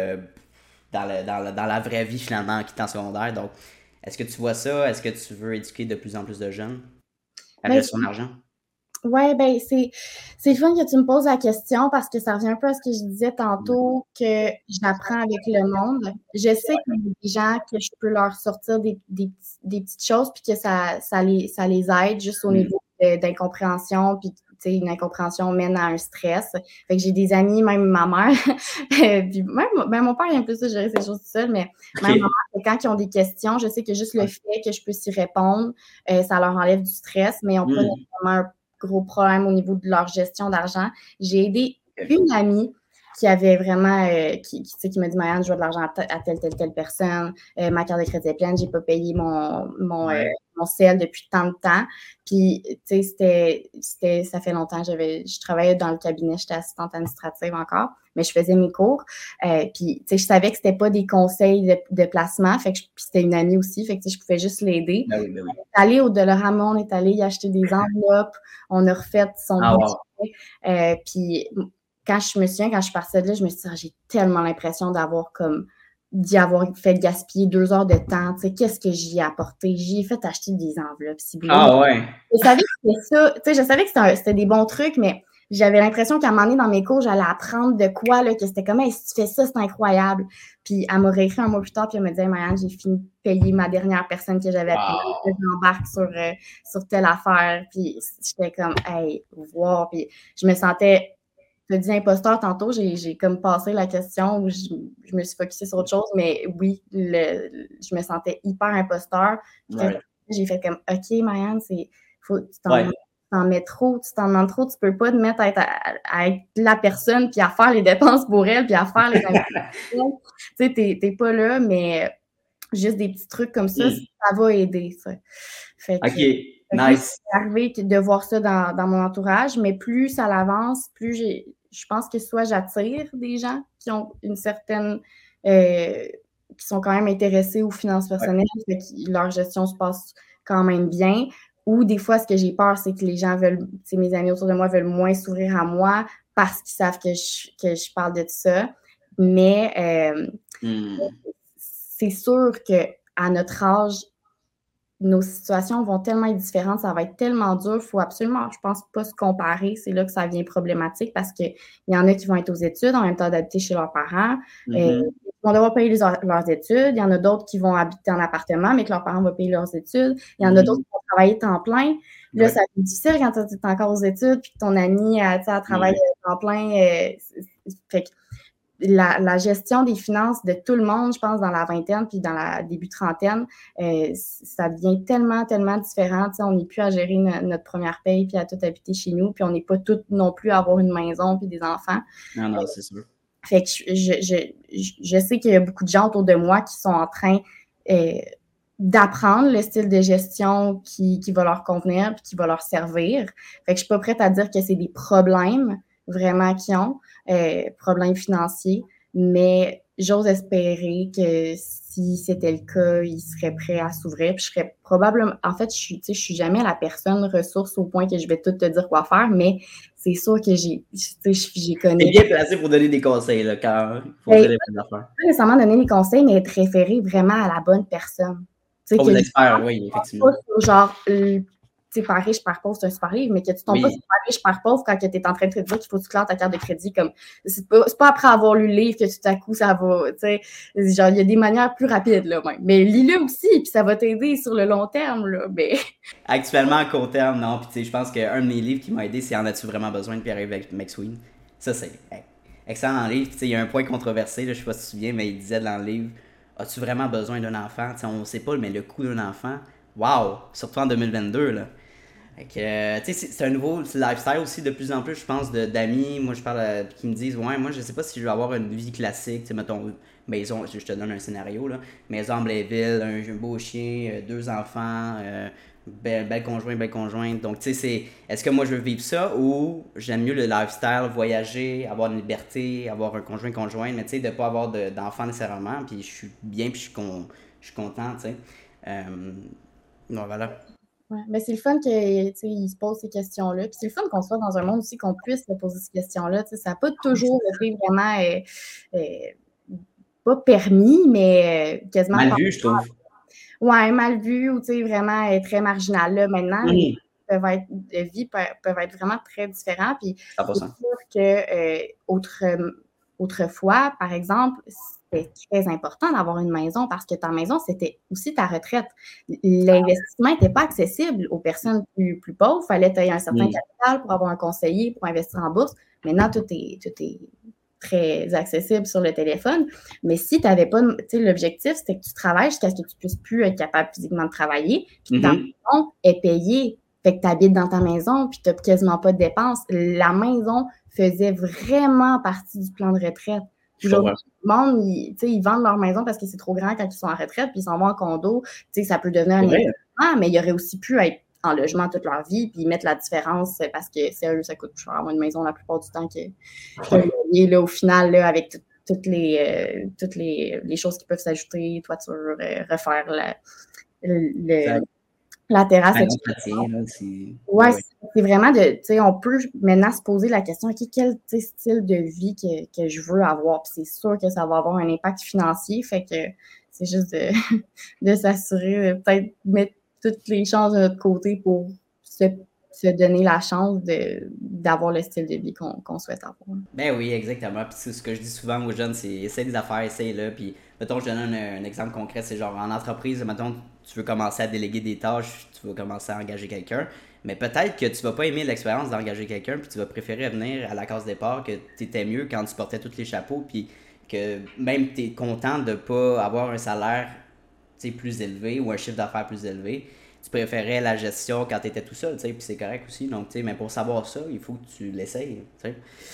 [SPEAKER 1] la vraie vie, finalement, en quittant secondaire. Donc, est-ce que tu vois ça? Est-ce que tu veux éduquer de plus en plus de jeunes à la gestion d'argent?
[SPEAKER 2] Oui, ben c'est fun que tu me poses la question parce que ça revient un peu à ce que je disais tantôt, que j'apprends avec le monde. Je sais qu'il y a des gens que je peux leur sortir des petites choses puis que ça les aide juste au niveau d'incompréhension puis une incompréhension mène à un stress. Fait que j'ai des amis, même ma mère, puis même mon père il aime plus ça gérer ces choses tout seul, mais même ma mère, quand ils ont des questions, je sais que juste le fait que je puisse y répondre, ça leur enlève du stress, mais ils n'ont pas nécessairement un gros problème au niveau de leur gestion d'argent. J'ai aidé une amie qui avait vraiment, qui m'a dit, Marianne, je dois de l'argent à telle personne, ma carte de crédit est pleine, j'ai pas payé mon CEL depuis tant de temps. Puis, tu sais, ça fait longtemps, je travaillais dans le cabinet, j'étais assistante administrative encore, mais je faisais mes cours. Puis, tu sais, je savais que c'était pas des conseils de placement, fait que puis c'était une amie aussi, fait que je pouvais juste l'aider.
[SPEAKER 1] Ben oui.
[SPEAKER 2] On est allé au Dollarama, on est allé y acheter des enveloppes, on a refait son budget. Puis, quand je suis partie de là, je me suis dit, j'ai tellement l'impression d'y avoir fait gaspiller 2 heures de temps. Tu sais, qu'est-ce que j'y ai apporté? J'y ai fait acheter des enveloppes. Je savais que c'était ça. Tu sais, je savais que c'était des bons trucs, mais j'avais l'impression qu'à un moment donné, dans mes cours, j'allais apprendre de quoi, là, que c'était comme, hey, si tu fais ça, c'est incroyable. Puis, elle m'a réécrit un mois plus tard, puis elle me dit, Marianne, j'ai fini de payer ma dernière personne que j'avais appelée. Je m'embarque sur telle affaire. Puis, j'étais comme, hey, wow. Puis, je me sentais, tu as dit imposteur tantôt, j'ai comme passé la question où je me suis focusée sur autre chose, mais oui, je me sentais hyper imposteur. J'ai fait comme, OK, Marianne, tu t'en mets trop, tu t'en demandes trop, tu peux pas te mettre à être la personne, puis à faire les dépenses pour elle, puis à faire les investissements. Tu sais, t'es pas là, mais juste des petits trucs comme ça, ça va aider, ça. Fait que,
[SPEAKER 1] nice.
[SPEAKER 2] C'est arrivé de voir ça dans mon entourage, mais plus ça l'avance, plus je pense que soit j'attire des gens qui ont une certaine qui sont quand même intéressés aux finances personnelles, leur gestion se passe quand même bien. Ou des fois, ce que j'ai peur, c'est que les gens veulent, mes amis autour de moi veulent moins s'ouvrir à moi parce qu'ils savent que je parle de ça. Mais c'est sûr qu'à notre âge, nos situations vont tellement être différentes, ça va être tellement dur, il faut absolument, je pense, pas se comparer. C'est là que ça devient problématique parce qu'il y en a qui vont être aux études en même temps d'habiter chez leurs parents. Ils vont devoir payer leurs études. Il y en a d'autres qui vont habiter en appartement, mais que leurs parents vont payer leurs études. Il y en a d'autres qui vont travailler temps plein. Là, ça devient difficile quand tu es encore aux études puis que ton ami elle travaille temps plein. Fait que la gestion des finances de tout le monde, je pense, dans la vingtaine puis dans la début trentaine, ça devient tellement, tellement différent. T'sais, on n'est plus à gérer notre première paye puis à tout habiter chez nous, puis on n'est pas toutes non plus à avoir une maison puis des enfants.
[SPEAKER 1] Non, c'est sûr.
[SPEAKER 2] Fait que je sais qu'il y a beaucoup de gens autour de moi qui sont en train d'apprendre le style de gestion qui va leur convenir puis qui va leur servir. Fait que je suis pas prête à dire que c'est des problèmes vraiment qu'ils ont, problèmes financiers, mais j'ose espérer que si c'était le cas, ils seraient prêts à s'ouvrir. Puis je serais probablement, en fait, je suis jamais la personne ressource au point que je vais tout te dire quoi faire, mais c'est sûr que j'ai connu.
[SPEAKER 1] T'es bien placé pour donner des conseils, là, quand il faut dire les bonnes affaires.
[SPEAKER 2] Pas nécessairement donner des conseils, mais être référé vraiment à la bonne personne.
[SPEAKER 1] Aux experts, oui, effectivement.
[SPEAKER 2] Genre, tu sais, Père riche, Père pauvre, c'est un super livre, mais que tu tombes pas sur Père riche, Père pauvre quand tu es en train de te dire qu'il faut que tu claires ta carte de crédit. Comme, c'est pas après avoir lu le livre que tout à coup, ça va, tu sais, genre, il y a des manières plus rapides, là, même. Mais lis-le aussi, puis ça va t'aider sur le long terme, là, mais...
[SPEAKER 1] Actuellement, à court terme, non, puis tu sais, je pense qu'un de mes livres qui m'a aidé, c'est « En as-tu vraiment besoin » de Pierre-Yves McSween. Ça, c'est excellent livre. Tu sais, il y a un point controversé, là, je sais pas si tu te souviens, mais il disait dans le livre « As-tu vraiment besoin d'un enfant? » Tu sais, on sait pas, mais le coût d'un enfant, wow, surtout en 2022, là. Fait que, c'est un nouveau lifestyle aussi de plus en plus, je pense, d'amis. Moi, je parle qui me disent, ouais, moi, je sais pas si je vais avoir une vie classique. Tu sais, mettons, maison, je te donne un scénario, là. Maison en Blainville, un beau chien, 2 enfants, belle conjointe. Donc, tu sais, est-ce que moi, je veux vivre ça ou j'aime mieux le lifestyle, voyager, avoir une liberté, avoir un conjointe, mais tu sais, de pas avoir d'enfants nécessairement. Puis je suis bien, puis je suis content, tu sais. Donc, voilà.
[SPEAKER 2] Ouais, mais c'est le fun qu'ils se posent ces questions-là. Puis c'est le fun qu'on soit dans un monde aussi qu'on puisse se poser ces questions-là. Ça n'a pas toujours été vraiment pas permis, mais quasiment
[SPEAKER 1] mal vu, je trouve.
[SPEAKER 2] Ouais, mal vu ou vraiment très marginal. Là, maintenant, les vies peuvent être vraiment très différents. Puis c'est sûr que autrefois, par exemple, c'était très important d'avoir une maison parce que ta maison, c'était aussi ta retraite. L'investissement n'était pas accessible aux personnes plus pauvres. Il fallait payer un certain capital pour avoir un conseiller, pour investir en bourse. Maintenant, tout est très accessible sur le téléphone. Mais si tu n'avais pas, l'objectif, c'était que tu travailles jusqu'à ce que tu puisses plus être capable physiquement de travailler. Puis ta maison est payée. Fait que tu habites dans ta maison, puis tu n'as quasiment pas de dépenses. La maison faisait vraiment partie du plan de retraite. Aujourd'hui, tout le monde, ils vendent leur maison parce que c'est trop grand quand ils sont en retraite, puis ils s'en vont en condo. Ça peut devenir un investissement, mais il aurait aussi pu être en logement toute leur vie, puis mettre la différence parce que sérieux, ça coûte plus cher avoir une maison la plupart du temps que loyer, là, au final, là, avec toutes les choses qui peuvent s'ajouter, toiture, refaire la terrasse, etc. Ouais, c'est vraiment on peut maintenant se poser la question, OK, quel style de vie que je veux avoir? Puis c'est sûr que ça va avoir un impact financier, fait que c'est juste de s'assurer, peut-être mettre toutes les chances de notre côté pour se donner la chance d'avoir le style de vie qu'on souhaite avoir.
[SPEAKER 1] Ben oui, exactement. Puis ce que je dis souvent aux jeunes, c'est essaye des affaires, essaye-le. Puis, mettons, je donne un exemple concret, c'est genre en entreprise, mettons, tu veux commencer à déléguer des tâches, tu veux commencer à engager quelqu'un. Mais peut-être que tu vas pas aimer l'expérience d'engager quelqu'un, puis tu vas préférer venir à la case départ, que tu étais mieux quand tu portais tous les chapeaux, puis que même tu es content de pas avoir un salaire plus élevé ou un chiffre d'affaires plus élevé. Tu préférais la gestion quand tu étais tout seul, puis c'est correct aussi. Donc, mais pour savoir ça, il faut que tu l'essayes.
[SPEAKER 2] C'est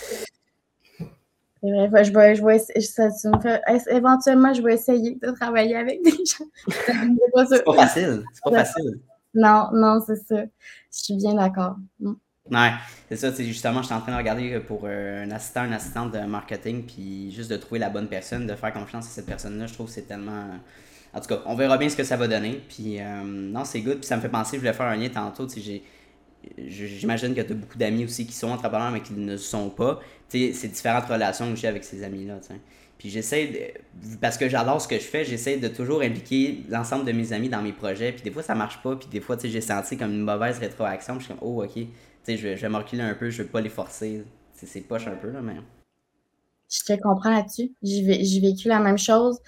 [SPEAKER 2] vrai, éventuellement, je vais essayer de travailler avec des gens.
[SPEAKER 1] C'est pas facile.
[SPEAKER 2] Non, c'est ça. Je suis bien d'accord.
[SPEAKER 1] Ouais, c'est ça. Justement, je suis en train de regarder pour une assistante de marketing, puis juste de trouver la bonne personne, de faire confiance à cette personne-là. Je trouve que c'est tellement... En tout cas, on verra bien ce que ça va donner. Puis, non, c'est good. Puis ça me fait penser, je voulais faire un lien tantôt. J'imagine que tu as beaucoup d'amis aussi qui sont entrepreneurs, mais qui ne le sont pas. Tu sais, c'est différentes relations que j'ai avec ces amis-là. Puis parce que j'adore ce que je fais, j'essaie de toujours impliquer l'ensemble de mes amis dans mes projets. Puis des fois, ça marche pas. Puis des fois, tu sais, j'ai senti comme une mauvaise rétroaction. Puis je suis comme, oh, ok. Tu sais, je vais me reculer un peu, je veux pas les forcer. C'est poche un peu, là, mais.
[SPEAKER 2] Je te comprends là-dessus. J'ai vécu la même chose.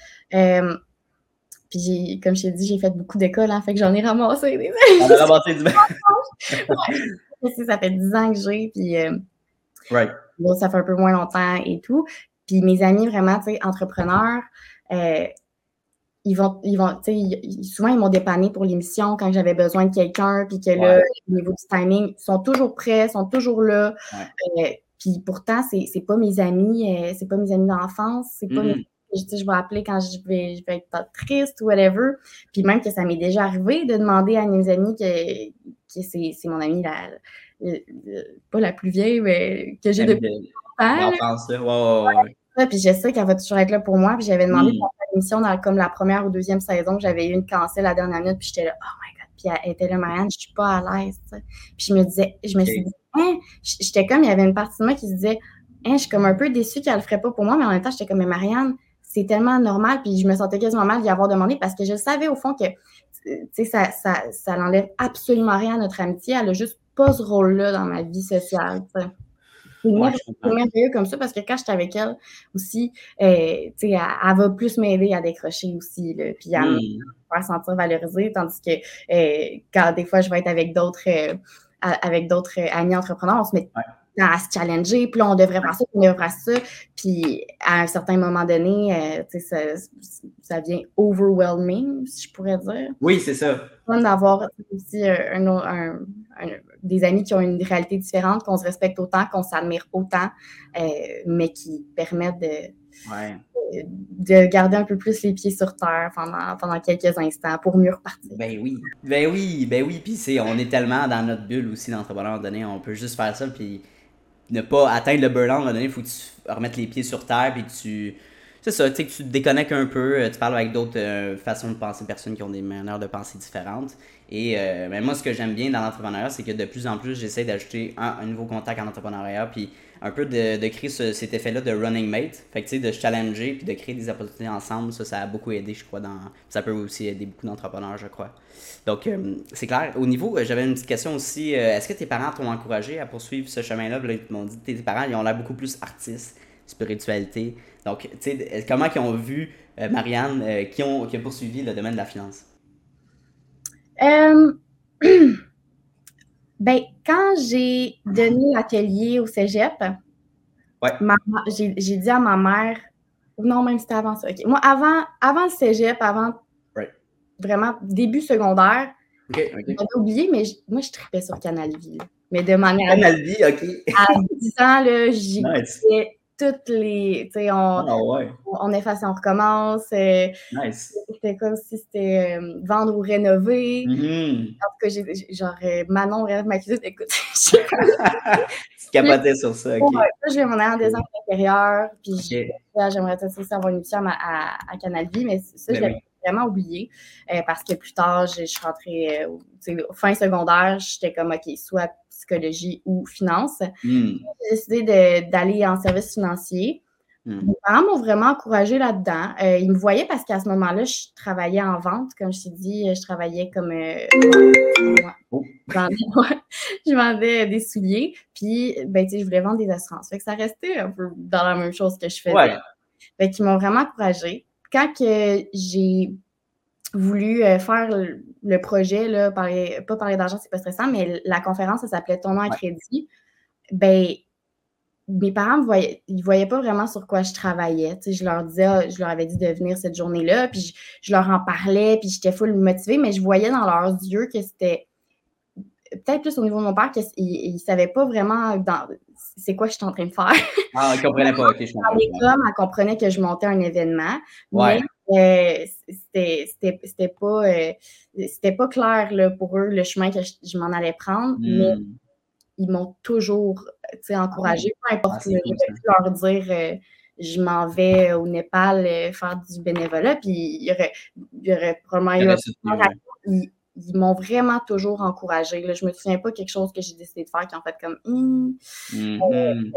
[SPEAKER 2] Puis, comme je t'ai dit, j'ai fait beaucoup d'écoles, hein, fait que j'en ai ramassé des
[SPEAKER 1] On a ramassé du
[SPEAKER 2] ouais. Ça fait 10 ans que j'ai, puis
[SPEAKER 1] right.
[SPEAKER 2] bon, ça fait un peu moins longtemps et tout. Puis mes amis, vraiment, tu sais, entrepreneurs, ils vont, tu sais, souvent, ils m'ont dépanné pour l'émission quand j'avais besoin de quelqu'un, puis que là, au niveau du timing, ils sont toujours prêts, sont toujours là. Puis pourtant, c'est pas mes amis d'enfance, c'est pas mes je vais appeler quand je vais être triste ou whatever. Puis même que ça m'est déjà arrivé de demander à mes amis que c'est mon amie pas la plus vieille, mais que j'ai depuis longtemps.
[SPEAKER 1] L'enfance, là. Ouais.
[SPEAKER 2] Puis je sais qu'elle va toujours être là pour moi. Puis j'avais demandé pour faire l'émission dans comme la première ou deuxième saison, j'avais eu une cancel à la dernière minute, puis j'étais là, oh my God. Puis elle était là, Marianne, je suis pas à l'aise. T'sais. Puis je me suis dit, j'étais comme, il y avait une partie de moi qui se disait, je suis comme un peu déçue qu'elle le ferait pas pour moi, mais en même temps, j'étais comme, mais Marianne, c'est tellement normal, puis je me sentais quasiment mal d'y avoir demandé parce que je savais au fond que ça n'enlève absolument rien à notre amitié. Elle a juste pas ce rôle-là dans ma vie sociale. C'est merveilleux comme ça parce que quand j'étais avec elle aussi, elle va plus m'aider à décrocher aussi, là, puis à me faire sentir valorisée, tandis que quand des fois je vais être avec d'autres amis entrepreneurs, on se met à se challenger, puis là, on devrait faire ça, puis on devrait faire ça. Puis, à un certain moment donné, ça devient overwhelming, si je pourrais dire.
[SPEAKER 1] Oui, c'est ça.
[SPEAKER 2] C'est d'avoir aussi des amis qui ont une réalité différente, qu'on se respecte autant, qu'on s'admire autant, mais qui permettent de garder un peu plus les pieds sur terre pendant quelques instants pour mieux repartir.
[SPEAKER 1] Ben oui. Puis, on est tellement dans notre bulle aussi d'entrepreneur donné, on peut juste faire ça, puis ne pas atteindre le burn-out, à un moment donné, il faut que tu remettes les pieds sur terre, puis c'est ça, tu sais, que tu te déconnectes un peu, tu parles avec d'autres façons de penser, personnes qui ont des manières de penser différentes. Et ben moi, ce que j'aime bien dans l'entrepreneuriat, c'est que de plus en plus, j'essaie d'ajouter un nouveau contact en entrepreneuriat, puis un peu de créer cet effet-là de running mate. Fait que tu sais, de se challenger, puis de créer des opportunités ensemble, ça a beaucoup aidé, je crois, ça peut aussi aider beaucoup d'entrepreneurs, je crois. Donc, c'est clair. Au niveau, j'avais une petite question aussi. Est-ce que tes parents t'ont encouragé à poursuivre ce chemin-là? Là, ils m'ont dit que tes parents, ils ont l'air beaucoup plus artistes, spiritualité. Donc, tu sais, comment ils ont vu Marianne qui a poursuivi le domaine de la finance?
[SPEAKER 2] Ben, quand j'ai donné l'atelier au cégep, j'ai dit à ma mère, non, même c'était avant ça. Okay. Moi, avant le cégep, avant vraiment début secondaire, j'avais oublié, mais moi, je tripais sur Canal Vie. Mais de manière.
[SPEAKER 1] Canal Vie, OK.
[SPEAKER 2] À 10 ans, là, j'écoutais toutes les. Tu sais, on efface et on recommence. C'était comme si c'était vendre ou rénover. En tout cas, genre, Manon rêve ma cuisine. Écoute,
[SPEAKER 1] tu capotais sur ça, OK.
[SPEAKER 2] Ouais, je vais m'en aller en design intérieur. Puis j'aimerais aussi avoir une émission à Canal Vie, mais ça, je l'avais vraiment oublié parce que plus tard, je suis rentrée fin secondaire, j'étais comme, OK, soit psychologie ou finance. J'ai décidé d'aller en service financier. Mes parents m'ont vraiment encouragée là-dedans. Ils me voyaient parce qu'à ce moment-là, je travaillais en vente. Comme je t'ai dit, je travaillais comme... je vendais des souliers. Puis, je voulais vendre des assurances. Fait que ça restait un peu dans la même chose que je faisais. Fait qu'ils m'ont vraiment encouragée. Quand que j'ai voulu faire le projet, là, pas parler d'argent, c'est pas stressant, mais la conférence, ça s'appelait Ton nom à crédit. Mes parents ils voyaient pas vraiment sur quoi je travaillais. Tu sais, je leur avais dit de venir cette journée-là, puis je leur en parlais, puis j'étais full motivée, mais je voyais dans leurs yeux que c'était peut-être plus au niveau de mon père qu'ils savaient pas vraiment c'est quoi je suis en train de faire.
[SPEAKER 1] Ils comprenaient pas, OK, je comprends.
[SPEAKER 2] Elle comprenait que je montais un événement, mais c'était pas clair là, pour eux le chemin que je m'en allais prendre, mais ils m'ont toujours encouragée, peu importe. J'aurais pu leur dire je m'en vais au Népal faire du bénévolat, puis il y aurait probablement eu ils m'ont vraiment toujours encouragée. Là. Je me souviens pas quelque chose que j'ai décidé de faire qui en fait comme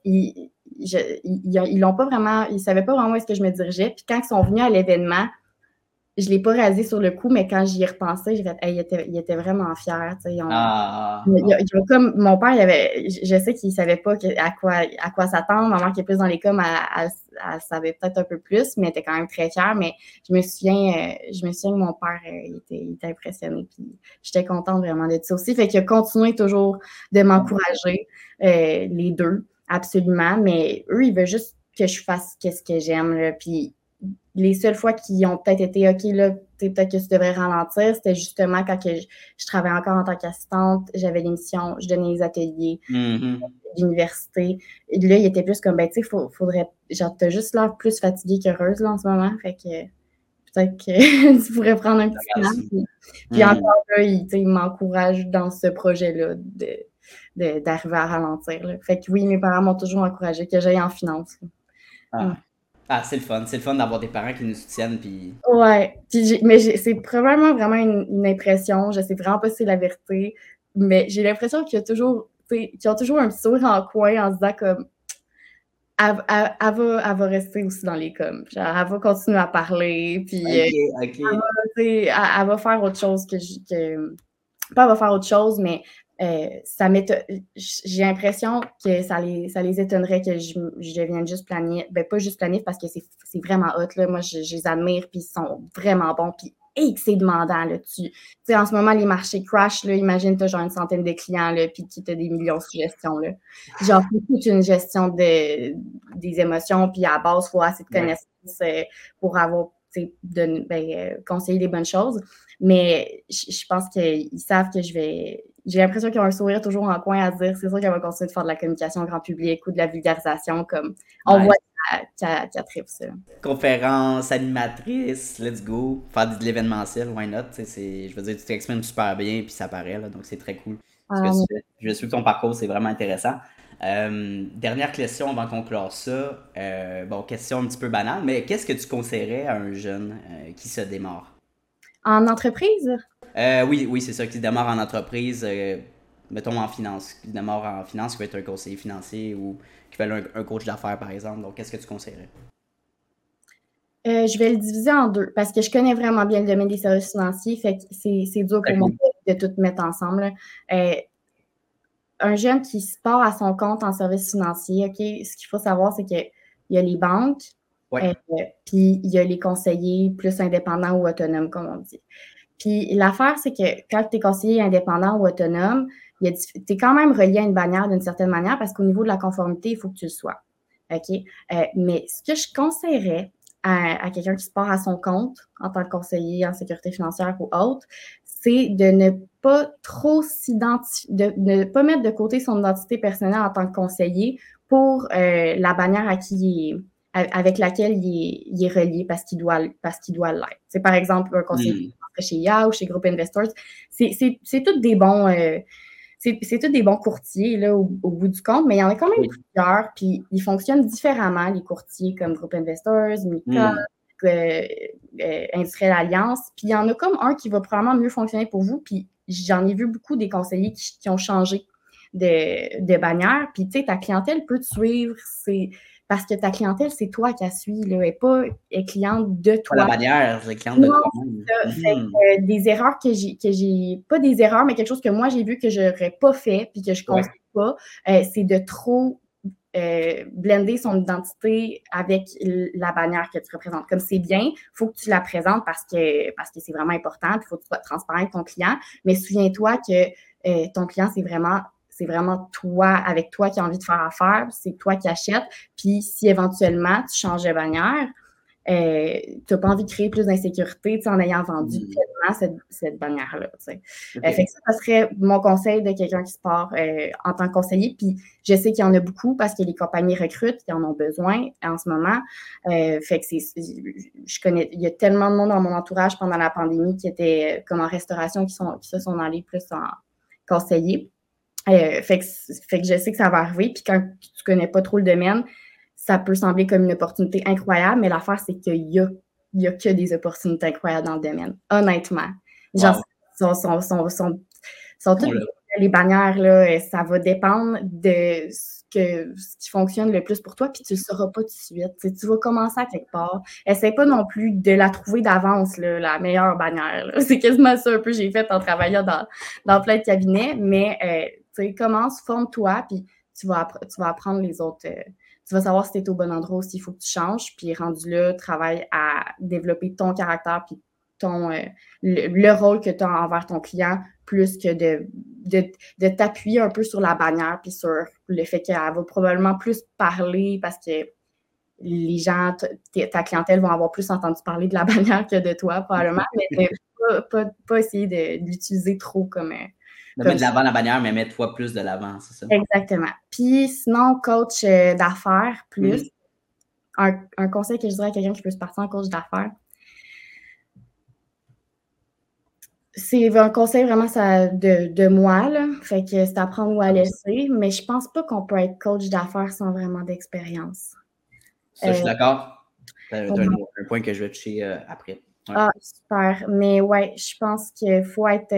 [SPEAKER 2] ils l'ont pas vraiment, ils savaient pas vraiment où est-ce que je me dirigeais. Puis quand ils sont venus à l'événement, je l'ai pas réalisé sur le coup, mais quand j'y ai repensé, j'ai fait, hey, il était vraiment fier. Ils ont comme, mon père, je sais qu'il savait pas à quoi s'attendre. Maman qui est plus dans les coms, elle savait peut-être un peu plus, mais elle était quand même très fière. Mais je me souviens que mon père, il était impressionné. Puis j'étais contente vraiment de ça aussi. Fait qu'il a continué toujours de m'encourager, les deux, absolument. Mais eux, ils veulent juste que je fasse ce que j'aime, là. Puis les seules fois qui ont peut-être été OK, là, peut-être que tu devrais ralentir, c'était justement quand je travaillais encore en tant qu'assistante, j'avais l'émission, je donnais les ateliers d'université. Et là, il était plus comme, ben, tu sais, faudrait, genre, t'as juste l'air plus fatiguée qu'heureuse, là, en ce moment. Fait que peut-être que tu pourrais prendre un petit temps. Puis encore là, il m'encourage dans ce projet-là d'arriver à ralentir, là. Fait que oui, mes parents m'ont toujours encouragé que j'aille en finance.
[SPEAKER 1] C'est le fun. C'est le fun d'avoir des parents qui nous soutiennent. Puis...
[SPEAKER 2] Ouais. Mais c'est probablement vraiment une impression. Je sais vraiment pas si c'est la vérité. Mais j'ai l'impression qu'ils ont toujours un petit sourire en coin en se disant comme elle va rester aussi dans les coms. Genre, elle va continuer à parler. Puis elle va faire autre chose pas elle va faire autre chose, mais j'ai l'impression que ça les étonnerait que je devienne juste planif. Ben, pas juste planif parce que c'est vraiment hot, là. Moi, je les admire, puis ils sont vraiment bons, puis que c'est demandant, là. Tu sais, en ce moment, les marchés crash, là. Imagine, t'as genre une centaine de clients, là, puis tu as des millions de suggestions, là. Genre, toute une gestion des émotions, puis à la base, il faut assez de connaissances pour avoir, conseiller les bonnes choses. Mais je pense qu'ils savent que j'ai l'impression qu'ils ont un sourire toujours en coin à dire c'est sûr qu'elle va continuer de faire de la communication au grand public ou de la vulgarisation, comme on voit qu'elle tripe ça.
[SPEAKER 1] Conférence, animatrice, let's go. Faire de l'événementiel, why not? Je veux dire, tu t'exprimes super bien puis ça paraît, là, donc c'est très cool. Je suis ton parcours, c'est vraiment intéressant. Dernière question avant qu'on clore ça. Question un petit peu banale, mais qu'est-ce que tu conseillerais à un jeune qui se démarre?
[SPEAKER 2] En entreprise?
[SPEAKER 1] Oui, c'est ça, qui démarre en entreprise, mettons en finance, qui démarre en finance, qui va être un conseiller financier ou qui va être un coach d'affaires, par exemple. Donc, qu'est-ce que tu conseillerais?
[SPEAKER 2] Je vais le diviser en deux, parce que je connais vraiment bien le domaine des services financiers, fait que c'est dur pour moi de tout mettre ensemble. Un jeune qui se part à son compte en services financiers, OK, ce qu'il faut savoir, c'est qu'il y a les banques, puis il y a les conseillers plus indépendants ou autonomes, comme on dit. Puis l'affaire, c'est que quand tu es conseiller indépendant ou autonome, tu es quand même relié à une bannière d'une certaine manière parce qu'au niveau de la conformité, il faut que tu le sois. OK? Mais ce que je conseillerais à quelqu'un qui se part à son compte en tant que conseiller en sécurité financière ou autre, c'est de ne pas trop de ne pas mettre de côté son identité personnelle en tant que conseiller pour la bannière avec laquelle il est relié parce qu'il doit l'être. C'est par exemple un conseiller chez IA ou chez Groupe Investors. C'est tous des bons c'est tous des bons courtiers là, au bout du compte, mais il y en a quand même plusieurs, puis ils fonctionnent différemment, les courtiers comme Groupe Investors, Mika, Industrielle Alliance, puis il y en a comme un qui va probablement mieux fonctionner pour vous, puis j'en ai vu beaucoup des conseillers qui ont changé de bannière, puis tu sais, ta clientèle peut te suivre, parce que ta clientèle, c'est toi qui la suis, là, elle est cliente de toi.
[SPEAKER 1] Pas la bannière, c'est cliente de toi-même.
[SPEAKER 2] Des erreurs que j'ai, pas des erreurs, mais quelque chose que moi, j'ai vu que je n'aurais pas fait, puis que je ne conseille pas, c'est de trop blender son identité avec la bannière que tu représentes. Comme c'est bien, il faut que tu la présentes parce que c'est vraiment important, il faut que tu sois transparent avec ton client, mais souviens-toi que ton client, c'est vraiment toi, avec toi qui as envie de faire affaire, c'est toi qui achètes. Puis si éventuellement tu changes de bannière, tu n'as pas envie de créer plus d'insécurité en ayant vendu tellement cette bannière-là. Fait que ça serait mon conseil de quelqu'un qui se part en tant que conseiller. Puis je sais qu'il y en a beaucoup parce que les compagnies recrutent, ils en ont besoin en ce moment. Fait que il y a tellement de monde dans mon entourage pendant la pandémie qui était comme en restauration qui se sont allés plus en conseiller. Fait que je sais que ça va arriver. Puis quand tu connais pas trop le domaine, ça peut sembler comme une opportunité incroyable, mais l'affaire, c'est qu'il y a que des opportunités incroyables dans le domaine. Honnêtement. Genre, sont toutes les bannières, là, ça va dépendre de ce ce qui fonctionne le plus pour toi, puis tu le sauras pas tout de suite. Tu vas commencer à quelque part. Essaie pas non plus de la trouver d'avance, là, la meilleure bannière. Là. C'est quasiment ça un peu que j'ai fait en travaillant dans plein de cabinets, mais commence, forme-toi, puis tu vas apprendre les autres. Tu vas savoir si tu es au bon endroit ou s'il faut que tu changes, puis rendu là, travaille à développer ton caractère, puis le rôle que tu as envers ton client, plus que de t'appuyer un peu sur la bannière, puis sur le fait qu'elle va probablement plus parler parce que les gens, ta clientèle vont avoir plus entendu parler de la bannière que de toi, probablement, mais pas essayer de l'utiliser trop comme...
[SPEAKER 1] De mettre de l'avant la bannière, mais mettre-toi plus de l'avant, c'est ça?
[SPEAKER 2] Exactement. Puis sinon, coach d'affaires, plus, un conseil que je dirais à quelqu'un qui peut se partir en coach d'affaires, c'est un conseil vraiment de moi, là. Fait que c'est à prendre ou à laisser, mais je pense pas qu'on peut être coach d'affaires sans vraiment d'expérience.
[SPEAKER 1] Ça, je suis d'accord. C'est un point que je vais toucher après.
[SPEAKER 2] Ouais. Ah, super. Mais ouais, je pense qu'il faut être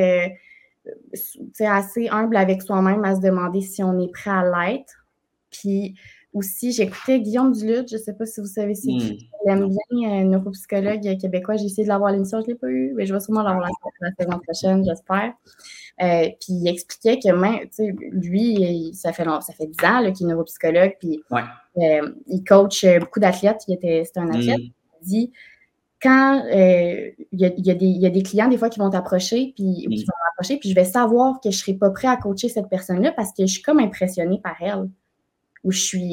[SPEAKER 2] assez humble avec soi-même à se demander si on est prêt à l'être. Puis aussi, j'écoutais Guillaume Duluth, je ne sais pas si vous savez c'est qui. J'aime bien, un neuropsychologue québécois. J'ai essayé de l'avoir à l'émission, je ne l'ai pas eu, mais je vais sûrement l'avoir la saison prochaine, j'espère. Puis il expliquait que lui, ça fait 10 ans là, qu'il est neuropsychologue, puis il coach beaucoup d'athlètes. C'était un athlète. Il dit quand il y a des clients des fois qui vont t'approcher, puis qui vont m'approcher, puis je vais savoir que je ne serai pas prêt à coacher cette personne-là parce que je suis comme impressionnée par elle. Où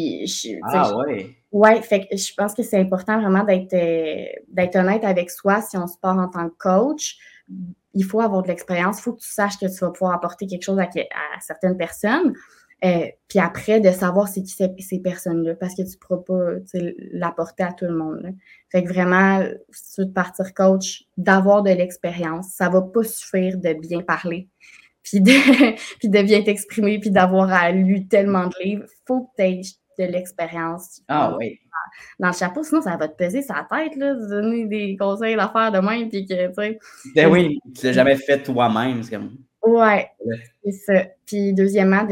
[SPEAKER 2] ouais, fait que je pense que c'est important vraiment d'être honnête avec soi si on se part en tant que coach. Il faut avoir de l'expérience, il faut que tu saches que tu vas pouvoir apporter quelque chose à certaines personnes. Puis après, de savoir c'est qui ces personnes-là, parce que tu ne pourras pas l'apporter à tout le monde. Là. Fait que vraiment, si tu veux partir coach, d'avoir de l'expérience, ça ne va pas suffire de bien parler. Puis de bien t'exprimer, puis d'avoir lu tellement de livres. Il faut que tu aies de l'expérience dans le chapeau, sinon ça va te peser sa tête, là, de donner des conseils d'affaires de même, puis que, tu sais...
[SPEAKER 1] Ben oui, tu l'as jamais fait toi-même, c'est comme...
[SPEAKER 2] Ouais, c'est ça. Puis deuxièmement,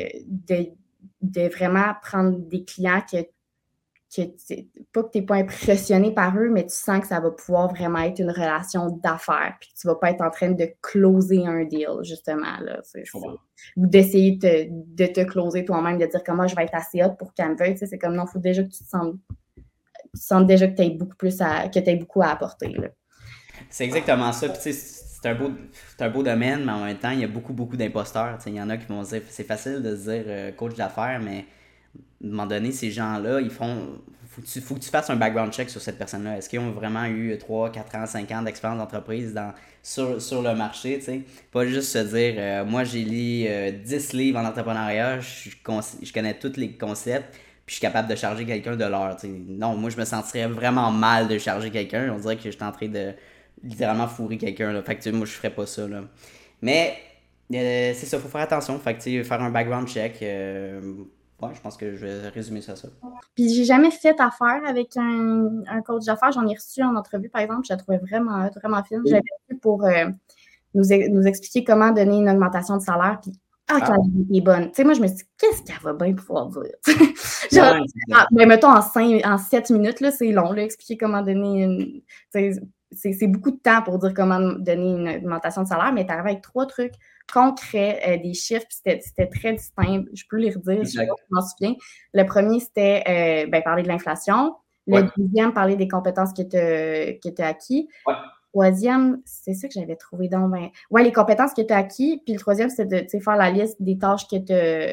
[SPEAKER 2] de vraiment prendre des clients pas que tu n'es pas impressionné par eux, mais tu sens que ça va pouvoir vraiment être une relation d'affaires, puis que tu ne vas pas être en train de closer un deal, justement. Là, ou d'essayer de te closer toi-même, de dire comment je vais être assez hot pour qu'elle me veuille. C'est comme non, il faut déjà que tu te sentes déjà que tu aies beaucoup à apporter. Là.
[SPEAKER 1] C'est exactement ça. Puis, c'est un beau domaine, mais en même temps, il y a beaucoup, beaucoup d'imposteurs. Il y en a qui vont dire c'est facile de se dire coach d'affaires, mais à un moment donné, ces gens-là, faut que tu fasses un background check sur cette personne-là. Est-ce qu'ils ont vraiment eu 3, 4 ans, 5 ans d'expérience d'entreprise sur le marché, tu sais? Pas juste se dire, moi, j'ai lu 10 livres en entrepreneuriat, je connais tous les concepts, puis je suis capable de charger quelqu'un de l'heure, tu sais. Non, moi, je me sentirais vraiment mal de charger quelqu'un. On dirait que je suis en train de littéralement fourrer quelqu'un, là. Fait que, moi, je ferais pas ça, là. Mais, c'est ça, faut faire attention. Fait que, faire un background check... je pense que je vais résumer ça.
[SPEAKER 2] Puis j'ai jamais fait affaire avec un coach d'affaires. J'en ai reçu en entrevue, par exemple. Je la trouvais vraiment fine. Oui. J'avais reçu pour nous expliquer comment donner une augmentation de salaire. Puis, qu'elle est bonne. Tu sais, moi, je me suis dit, qu'est-ce qu'elle va bien pouvoir dire? Mais mettons, en 7 minutes, là, c'est long, là, expliquer comment donner une... C'est beaucoup de temps pour dire comment donner une augmentation de salaire, mais tu arrives avec 3 trucs concrets, des chiffres, c'était très distinct. Je peux les redire, je m'en souviens. Le premier, c'était parler de l'inflation. Le deuxième, parler des compétences que tu as acquis. Troisième, c'est ça que j'avais trouvé dans... les compétences que tu as acquis. Puis le troisième, c'est de faire la liste des tâches que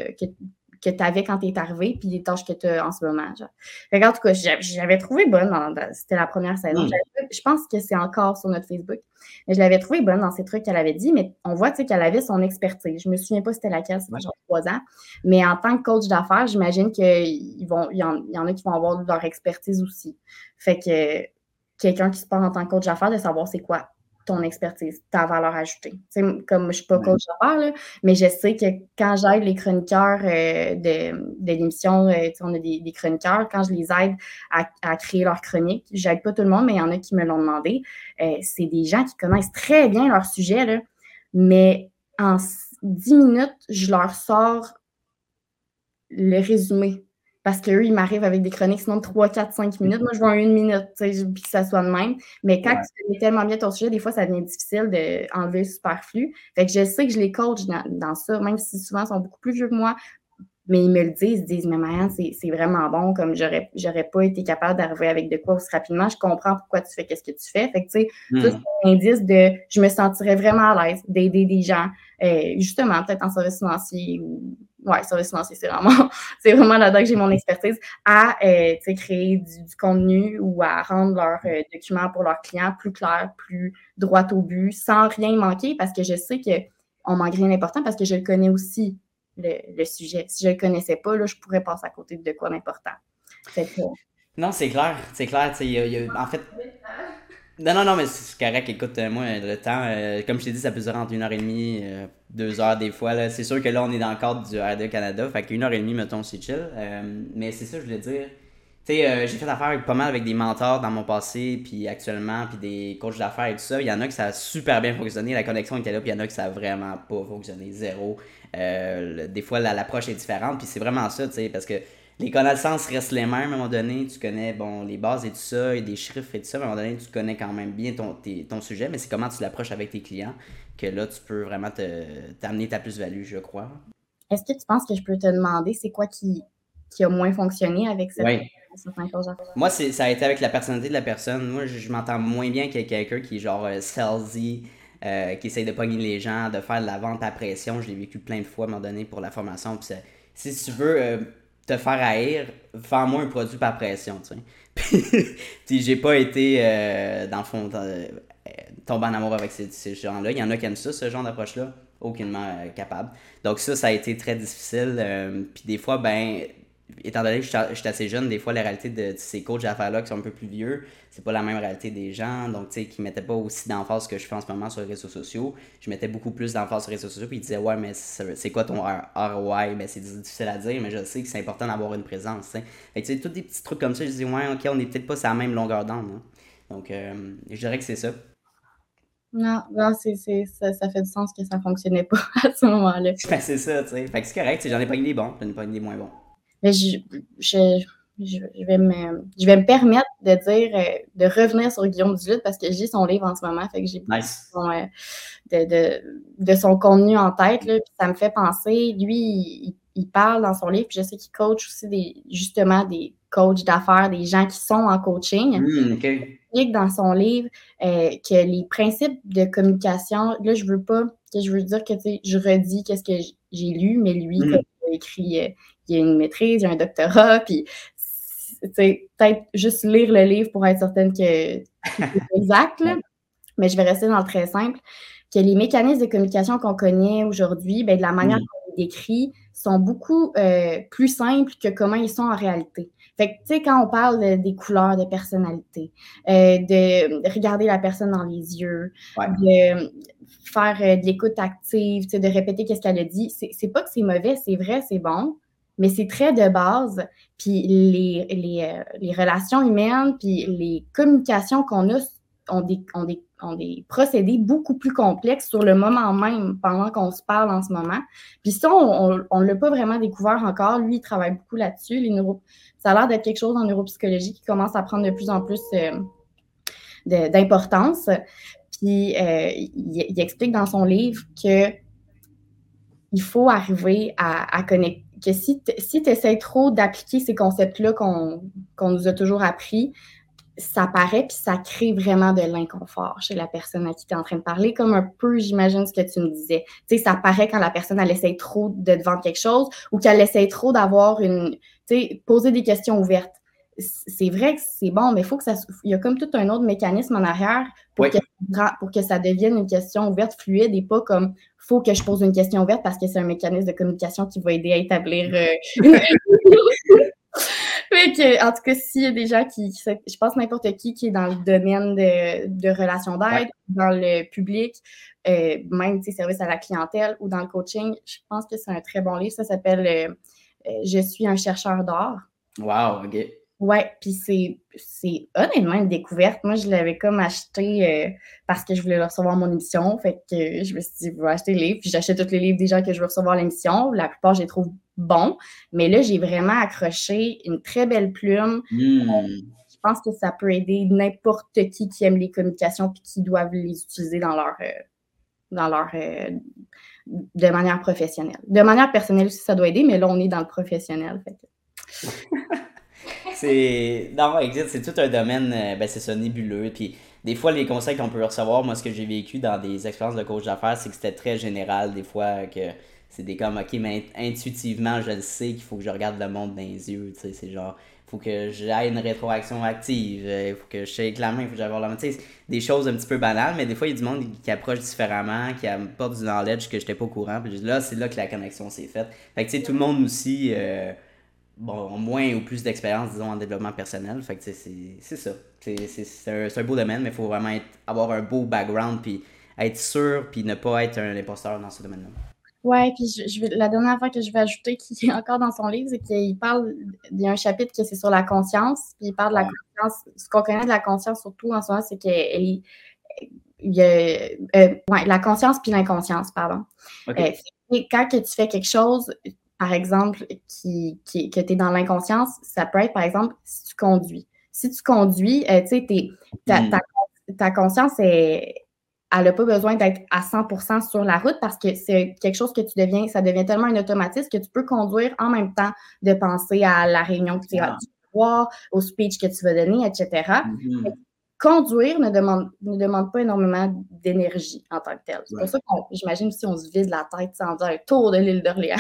[SPEAKER 2] tu avais quand tu es arrivé, puis les tâches que tu as en ce moment. Genre. Fait en tout cas, j'avais trouvé bonne, c'était la première saison. Je pense que c'est encore sur notre Facebook. Mais je l'avais trouvée bonne dans ces trucs qu'elle avait dit, mais on voit qu'elle avait son expertise. Je me souviens pas c'était laquelle, c'était genre 3 ans. Mais en tant que coach d'affaires, j'imagine qu'il y en a qui vont avoir leur expertise aussi. Fait que quelqu'un qui se part en tant que coach d'affaires, de savoir c'est quoi ton expertise, ta valeur ajoutée. T'sais, comme je ne suis pas coach d'affaires, là, mais je sais que quand j'aide les chroniqueurs de l'émission, on a des chroniqueurs, quand je les aide à créer leur chronique, je n'aide pas tout le monde, mais il y en a qui me l'ont demandé. C'est des gens qui connaissent très bien leur sujet, là, mais en 10 minutes, je leur sors le résumé. Parce qu'eux, ils m'arrivent avec des chroniques, sinon de 3, 4, 5 minutes. Moi, je veux en 1 minute, puis que ça soit de même. Mais quand
[SPEAKER 1] Ouais.
[SPEAKER 2] tu connais tellement bien ton sujet, des fois, ça devient difficile d'enlever le superflu. Fait que je sais que je les coach dans ça, même si souvent, ils sont beaucoup plus vieux que moi. Mais ils me le disent, ils disent, mais Marianne, c'est vraiment bon, comme j'aurais pas été capable d'arriver avec de quoi aussi rapidement. Je comprends pourquoi tu fais qu'est-ce que tu fais. Fait que, tu sais, ça, c'est un indice de je me sentirais vraiment à l'aise d'aider des gens, justement, peut-être en service financier ou. Ouais, service financier, c'est vraiment là-dedans que j'ai mon expertise, à créer du contenu ou à rendre leurs documents pour leurs clients plus clairs, plus droit au but, sans rien manquer, parce que je sais qu'on manque rien d'important parce que je le connais aussi le sujet. Si je ne le connaissais pas, là, je pourrais passer à côté de quoi d'important.
[SPEAKER 1] Non, c'est clair, c'est clair. En fait, non, non, mais c'est correct. Écoute, moi, le temps, comme je t'ai dit, ça peut durer entre 1h30, 2 heures des fois. Là. C'est sûr que là, on est dans le cadre du RD Canada. Fait qu'1h30, mettons, c'est chill. Mais c'est ça, je voulais dire. Tu sais, j'ai fait affaire avec, pas mal avec des mentors dans mon passé, puis actuellement, puis des coachs d'affaires et tout ça. Il y en a que ça a super bien fonctionné, la connexion était là, puis il y en a que ça a vraiment pas fonctionné, zéro. Des fois, l'approche est différente, puis c'est vraiment ça, tu sais, parce que les connaissances restent les mêmes à un moment donné. Tu connais bon, les bases et tout ça, et des chiffres et tout ça. À un moment donné, tu connais quand même bien ton sujet, mais c'est comment tu l'approches avec tes clients que là, tu peux vraiment t'amener ta plus-value, je crois.
[SPEAKER 2] Est-ce que tu penses que je peux te demander c'est quoi qui a moins fonctionné avec
[SPEAKER 1] Oui.
[SPEAKER 2] certains coachs d'affaires?
[SPEAKER 1] Moi, ça a été avec la personnalité de la personne. Moi, je m'entends moins bien qu'avec quelqu'un qui est genre salesy, qui essaye de pogner les gens, de faire de la vente à pression. Je l'ai vécu plein de fois à un moment donné pour la formation. Puis si tu veux te faire haïr, vends-moi un produit par pression, tu sais. Puis j'ai pas été, dans le fond, tombé en amour avec ces gens-là. Il y en a qui aiment ça, ce genre d'approche-là. Aucunement capable. Donc ça a été très difficile. Puis des fois, ben, étant donné que je suis assez jeune, des fois, la réalité de ces coachs d'affaires-là qui sont un peu plus vieux, c'est pas la même réalité des gens. Donc, tu sais, qui mettaient pas aussi d'emphase que je fais en ce moment sur les réseaux sociaux. Je mettais beaucoup plus d'emphase sur les réseaux sociaux. Puis ils disaient, ouais, mais c'est quoi ton ROI? Ben, c'est difficile à dire, mais je sais que c'est important d'avoir une présence. Fait que, tu sais, tous des petits trucs comme ça, je dis, ouais, ok, on est peut-être pas sur la même longueur d'onde. Hein. Donc, je dirais que c'est ça.
[SPEAKER 2] Non, ça fait du sens que ça fonctionnait pas à ce moment-là.
[SPEAKER 1] Ben, c'est ça, tu sais. Fait que c'est correct, j'en ai pas eu des bons, j'en ai pas eu des moins bons.
[SPEAKER 2] Mais je vais me permettre de dire, de revenir sur Guillaume Duluth parce que j'ai son livre en ce moment, fait que j'ai
[SPEAKER 1] Nice.
[SPEAKER 2] de son contenu en tête, là, puis ça me fait penser, lui, il parle dans son livre, puis je sais qu'il coach aussi justement des coachs d'affaires, des gens qui sont en coaching.
[SPEAKER 1] OK.
[SPEAKER 2] Il explique dans son livre que les principes de communication, là, je veux dire que, tu sais, je redis qu'est-ce que j'ai lu, mais lui, comme il a écrit, il a une maîtrise, il a un doctorat, puis, tu sais, peut-être juste lire le livre pour être certaine que c'est exact, là. Mais je vais rester dans le très simple, que les mécanismes de communication qu'on connaît aujourd'hui, ben, de la manière qu'on les décrit, sont beaucoup plus simples que comment ils sont en réalité. Fait que, tu sais, quand on parle des couleurs de personnalité, de regarder la personne dans les yeux, de faire de l'écoute active, tu sais, de répéter qu'est-ce qu'elle a dit, c'est pas que c'est mauvais, c'est vrai, c'est bon, mais c'est très de base. Puis les relations humaines, puis les communications qu'on a ont des procédés beaucoup plus complexes sur le moment même, pendant qu'on se parle en ce moment. Puis ça, on ne l'a pas vraiment découvert encore. Lui, il travaille beaucoup là-dessus. Ça a l'air d'être quelque chose en neuropsychologie qui commence à prendre de plus en plus d'importance. Puis il explique dans son livre que il faut arriver à connecter, que si tu essaies trop d'appliquer ces concepts-là qu'on nous a toujours appris, ça paraît puis ça crée vraiment de l'inconfort chez la personne à qui tu es en train de parler, comme un peu, j'imagine, ce que tu me disais. Tu sais, ça paraît quand la personne, elle essaie trop de te vendre quelque chose ou qu'elle essaie trop d'avoir tu sais, poser des questions ouvertes. C'est vrai que c'est bon, mais il y a comme tout un autre mécanisme en arrière pour que ça devienne une question ouverte, fluide et pas comme faut que je pose une question ouverte parce que c'est un mécanisme de communication qui va aider à établir Fait que, en tout cas, s'il y a des gens je pense n'importe qui est dans le domaine de relations d'aide, dans le public, même service à la clientèle ou dans le coaching, je pense que c'est un très bon livre. Ça s'appelle Je suis un chercheur d'or.
[SPEAKER 1] Wow, OK.
[SPEAKER 2] Ouais, puis c'est honnêtement une découverte. Moi, je l'avais comme acheté parce que je voulais le recevoir à mon émission. Fait que je me suis dit, je vais acheter le livre. Puis j'achète tous les livres des gens que je veux recevoir à l'émission. La plupart, je les trouve bons. Mais là, j'ai vraiment accroché une très belle plume. Je pense que ça peut aider n'importe qui aime les communications puis qui doivent les utiliser de manière professionnelle. De manière personnelle aussi, ça doit aider, mais là, on est dans le professionnel. Fait que...
[SPEAKER 1] c'est tout un domaine, c'est ça, nébuleux. Puis des fois, les conseils qu'on peut recevoir, moi, ce que j'ai vécu dans des expériences de coach d'affaires, c'est que c'était très général. Des fois, que c'est des comme, ok, mais intuitivement, je le sais qu'il faut que je regarde le monde dans les yeux. Tu sais, c'est genre, il faut que j'aille une rétroaction active, il faut que je shake la main, il faut que j'aille voir la main. Tu sais, des choses un petit peu banales, mais des fois, il y a du monde qui approche différemment, qui apporte du knowledge que j'étais pas au courant. Puis là, c'est là que la connexion s'est faite. Fait que, tu sais, tout le monde aussi. Moins ou plus d'expérience, disons, en développement personnel. Fait que c'est ça. C'est un beau domaine, mais il faut vraiment avoir un beau background, puis être sûr, puis ne pas être un imposteur dans ce domaine-là.
[SPEAKER 2] Ouais, puis la dernière affaire que je vais ajouter, qui est encore dans son livre, c'est qu'il parle, il y a un chapitre qui c'est sur la conscience, puis il parle de la conscience. Ce qu'on connaît de la conscience, surtout en ce moment, c'est qu'elle la conscience puis l'inconscience, pardon.
[SPEAKER 1] Okay.
[SPEAKER 2] Quand que tu fais quelque chose, par exemple, que tu es dans l'inconscience, ça peut être, par exemple, si tu conduis. Si tu conduis, tu sais, ta conscience, elle n'a pas besoin d'être à 100% sur la route parce que c'est quelque chose que ça devient tellement un automatisme que tu peux conduire en même temps de penser à la réunion que tu vas voir, au speech que tu vas donner, etc. Conduire ne demande pas énormément d'énergie en tant que tel. C'est pour ça que j'imagine si on se vide la tête sans dire un tour de l'île d'Orléans.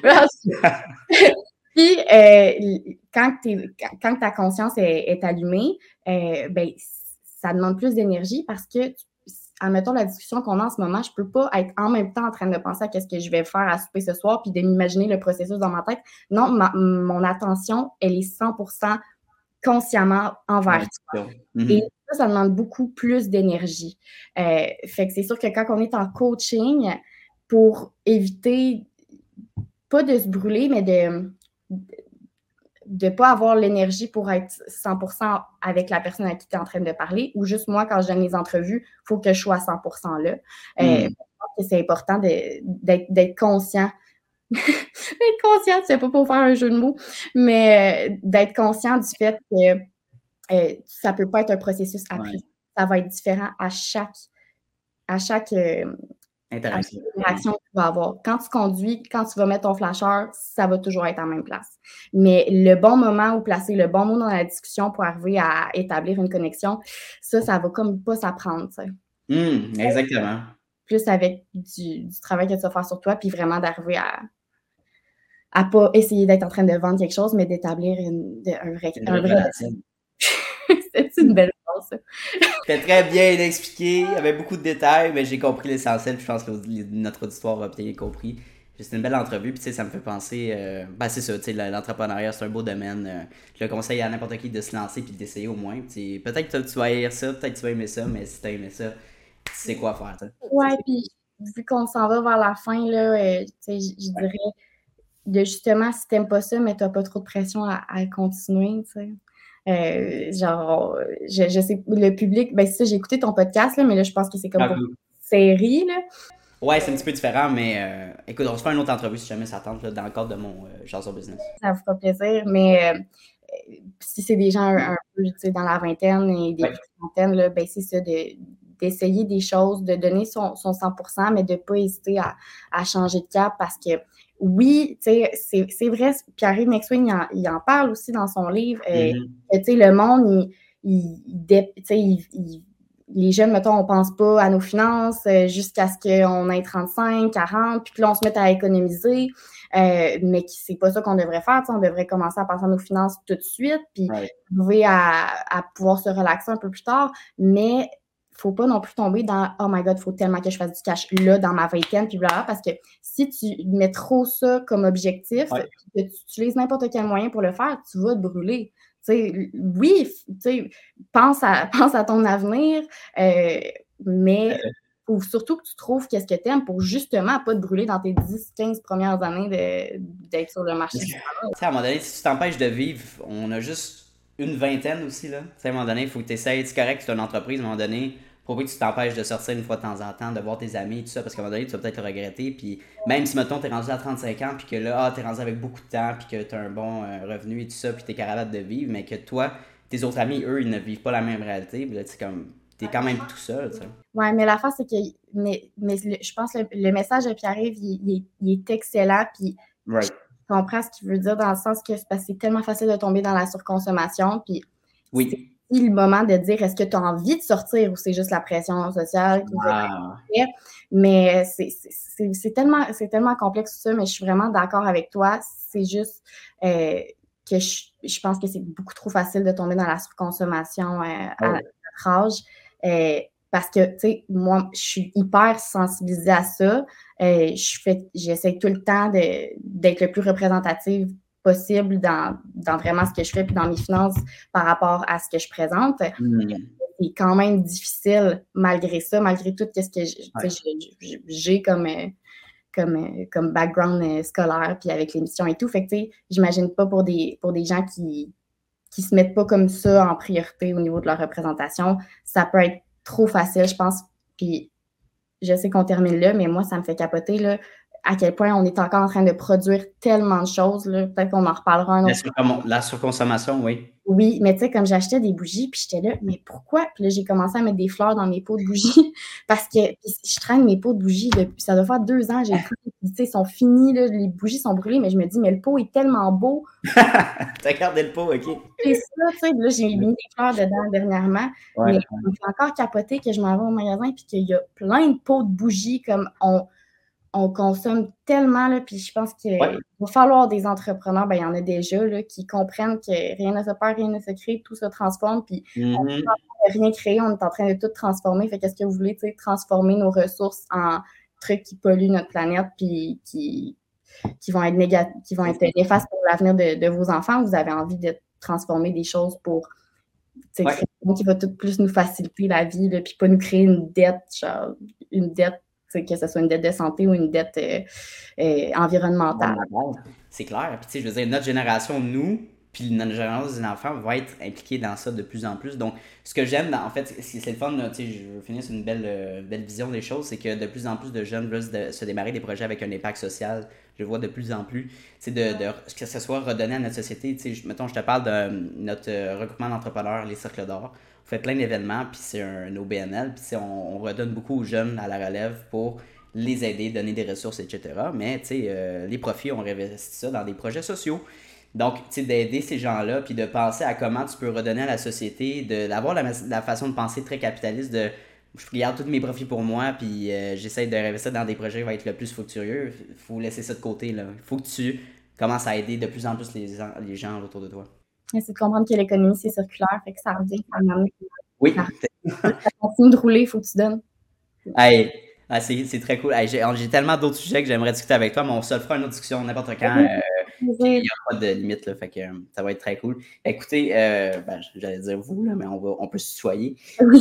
[SPEAKER 2] Puis, quand ta conscience est allumée, ça demande plus d'énergie parce que, admettons la discussion qu'on a en ce moment, je ne peux pas être en même temps en train de penser à qu'est-ce que je vais faire à souper ce soir puis de m'imaginer le processus dans ma tête. Non, mon attention, elle est 100% consciemment envers toi. Et ça demande beaucoup plus d'énergie. Fait que c'est sûr que quand on est en coaching, pour éviter, pas de se brûler, mais de ne pas avoir l'énergie pour être 100% avec la personne à qui tu es en train de parler, ou juste moi, quand je donne les entrevues, il faut que je sois à 100% là. Je pense que c'est important d'être conscient. D'être conscient, c'est pas pour faire un jeu de mots, mais d'être conscient du fait que ça peut pas être un processus après. Ça va être différent à chaque interaction que tu vas avoir. Quand tu conduis, quand tu vas mettre ton flasheur, ça va toujours être en même place. Mais le bon moment où placer le bon mot dans la discussion pour arriver à établir une connexion, ça va comme pas s'apprendre.
[SPEAKER 1] Exactement.
[SPEAKER 2] Plus avec du travail que tu vas faire sur toi, puis vraiment d'arriver à pas essayer d'être en train de vendre quelque chose, mais d'établir un vrai c'est une belle chose, ça.
[SPEAKER 1] C'était très bien expliqué, il y avait beaucoup de détails, mais j'ai compris l'essentiel, puis je pense que notre auditoire a bien compris. C'était une belle entrevue, puis ça me fait penser, c'est ça, l'entrepreneuriat, c'est un beau domaine. Je le conseille à n'importe qui de se lancer puis d'essayer au moins. Peut-être que tu vas haïr ça, peut-être que tu vas aimer ça, mais si tu as aimé ça, tu sais quoi faire.
[SPEAKER 2] Ouais, puis vu qu'on s'en va vers la fin, là, je dirais de justement, si t'aimes pas ça, mais t'as pas trop de pression à continuer, tu sais. Je sais, le public, c'est ça, j'ai écouté ton podcast, là, mais là, je pense que c'est comme pour une série, là.
[SPEAKER 1] Ouais, c'est un petit peu différent, mais écoute, on se fait une autre entrevue si jamais ça tente, là, dans le cadre de mon Jason Business.
[SPEAKER 2] Ça vous fera plaisir, mais si c'est des gens un peu dans la vingtaine et des trentaines, là, c'est ça, d'essayer des choses, de donner son 100%, mais de ne pas hésiter à changer de cap parce que oui, c'est vrai, Pierre-Yves McSween, il en parle aussi dans son livre, le monde, les jeunes, mettons, on pense pas à nos finances jusqu'à ce qu'on ait 35, 40, puis là, on se met à économiser, mais c'est pas ça qu'on devrait faire. On devrait commencer à penser à nos finances tout de suite, puis arriver à pouvoir se relaxer un peu plus tard, mais faut pas non plus tomber dans « Oh my God, il faut tellement que je fasse du cash là, dans ma vingtaine, puis blablabla », parce que si tu mets trop ça comme objectif, que tu utilises n'importe quel moyen pour le faire, tu vas te brûler. Pense à ton avenir, mais faut surtout que tu trouves qu'est-ce que tu aimes pour justement pas te brûler dans tes 10-15 premières années d'être sur le marché.
[SPEAKER 1] À un moment donné, si tu t'empêches de vivre, on a juste une vingtaine aussi, là. Tu sais, à un moment donné, il faut que tu essayes. C'est correct que tu es une entreprise, à un moment donné, faut pas que tu t'empêches de sortir une fois de temps en temps, de voir tes amis et tout ça, parce qu'à un moment donné, tu vas peut-être le regretter. Puis même si, mettons, tu es rendu à 35 ans, puis que là, tu es rendu avec beaucoup de temps, puis que tu as un bon revenu et tout ça, puis tu es capable de vivre, mais que toi, tes autres amis, eux, ils ne vivent pas la même réalité. Puis là, tu es quand même tout seul, tu sais.
[SPEAKER 2] Ouais, mais l'affaire, c'est que je pense que le message de Pierre-Yves, il est excellent, puis
[SPEAKER 1] Right.
[SPEAKER 2] je comprends ce qu'il veut dire dans le sens que c'est tellement facile de tomber dans la surconsommation, puis
[SPEAKER 1] oui.
[SPEAKER 2] C'est le moment de dire est-ce que tu as envie de sortir ou c'est juste la pression sociale qui fait. Mais c'est tellement complexe tout ça, mais je suis vraiment d'accord avec toi. C'est juste que je pense que c'est beaucoup trop facile de tomber dans la surconsommation à notre âge. Parce que, tu sais, moi, je suis hyper sensibilisée à ça. J'essaie tout le temps d'être le plus représentative possible dans vraiment ce que je fais puis dans mes finances par rapport à ce que je présente. C'est quand même difficile malgré ça, malgré tout ce que j'ai comme background scolaire puis avec l'émission et tout. Fait que, tu sais, j'imagine pas pour des gens qui se mettent pas comme ça en priorité au niveau de leur représentation, ça peut être trop facile, je pense. Puis je sais qu'on termine là, mais moi, ça me fait capoter, là, à quel point on est encore en train de produire tellement de choses. Là. Peut-être qu'on en reparlera un autre.
[SPEAKER 1] La surconsommation, oui.
[SPEAKER 2] Oui, mais tu sais, comme j'achetais des bougies, puis j'étais là, mais pourquoi? Puis là, j'ai commencé à mettre des fleurs dans mes pots de bougies parce que je traîne mes pots de bougies depuis, ça doit faire 2 ans, j'ai pris, tu sais, ils sont finis, là, les bougies sont brûlées, mais je me dis, mais le pot est tellement beau.
[SPEAKER 1] T'as gardé le pot, OK.
[SPEAKER 2] C'est ça, tu sais, là, j'ai mis des fleurs dedans dernièrement, mais ça me fait encore capoter que je m'en vais au magasin puis qu'il y a plein de pots de bougies, comme on consomme tellement, là, puis je pense qu'il va falloir des entrepreneurs, ben il y en a déjà, là, qui comprennent que rien ne se perd, rien ne se crée, tout se transforme, puis on n'est pas en train de rien créer, on est en train de tout transformer. Fait qu'est-ce que vous voulez, tu sais, transformer nos ressources en trucs qui polluent notre planète, puis qui vont être qui vont être néfastes pour l'avenir de vos enfants. Vous avez envie de transformer des choses pour, tu sais, qui va tout plus nous faciliter la vie, là, puis pas nous créer une dette, que ce soit une dette de santé ou une dette environnementale.
[SPEAKER 1] C'est clair. Puis, tu sais, je veux dire, notre génération, nous, puis notre génération des enfants va être impliqués dans ça de plus en plus. Donc, ce que j'aime, en fait, c'est le fun, tu sais, je veux finir sur une belle vision des choses, c'est que de plus en plus de jeunes veulent se démarrer des projets avec un impact social. Je vois de plus en plus. Tu sais, que ce soit redonné à notre société. Tu sais, mettons, je te parle de notre regroupement d'entrepreneurs, les Cercles d'Or. On fait plein d'événements, puis c'est un OBNL, puis on redonne beaucoup aux jeunes à la relève pour les aider, donner des ressources, etc. Mais, tu sais, les profits, on réinvestit ça dans des projets sociaux. Donc, tu sais, d'aider ces gens-là, puis de penser à comment tu peux redonner à la société, d'avoir la façon de penser très capitaliste, de je garde tous mes profits pour moi, puis j'essaie de réinvestir dans des projets qui vont être le plus fructueux. Il faut laisser ça de côté, là. Il faut que tu commences à aider de plus en plus les gens autour de toi.
[SPEAKER 2] C'est de comprendre que l'économie, c'est circulaire, fait que ça revient à un
[SPEAKER 1] oui.
[SPEAKER 2] Ça continue de rouler, il faut que tu donnes.
[SPEAKER 1] Hey. C'est très cool. Hey, j'ai tellement d'autres sujets que j'aimerais discuter avec toi, mais on se le fera une autre discussion n'importe quand. Il n'y a pas de limite, là, fait que ça va être très cool. Écoutez, j'allais dire vous, là, mais on peut se tutoyer.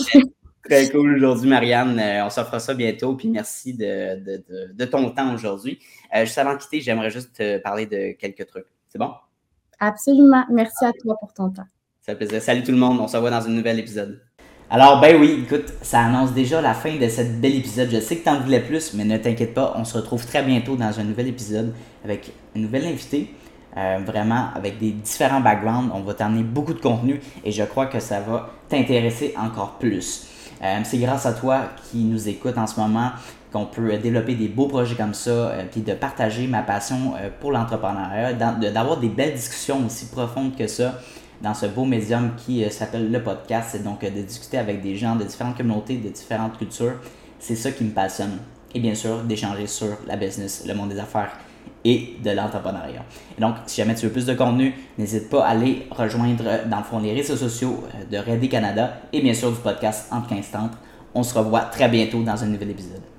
[SPEAKER 1] Très cool aujourd'hui, Marianne. On se fera ça bientôt, puis merci de ton temps aujourd'hui. Juste avant de quitter, j'aimerais juste te parler de quelques trucs. C'est bon?
[SPEAKER 2] Absolument. Merci à toi pour ton temps.
[SPEAKER 1] Ça fait plaisir. Salut tout le monde. On se revoit dans un nouvel épisode. Alors, ben oui, écoute, ça annonce déjà la fin de cet bel épisode. Je sais que t'en voulais plus, mais ne t'inquiète pas, on se retrouve très bientôt dans un nouvel épisode avec une nouvelle invitée, vraiment avec des différents backgrounds. On va t'emmener beaucoup de contenu et je crois que ça va t'intéresser encore plus. C'est grâce à toi qui nous écoute en ce moment qu'on peut développer des beaux projets comme ça, puis de partager ma passion pour l'entrepreneuriat, d'avoir des belles discussions aussi profondes que ça dans ce beau médium qui s'appelle le podcast. C'est donc de discuter avec des gens de différentes communautés, de différentes cultures. C'est ça qui me passionne. Et bien sûr, d'échanger sur la business, le monde des affaires et de l'entrepreneuriat. Et donc, si jamais tu veux plus de contenu, n'hésite pas à aller rejoindre, dans le fond, les réseaux sociaux de Ready Canada et bien sûr du podcast Entre 15 Tentes. On se revoit très bientôt dans un nouvel épisode.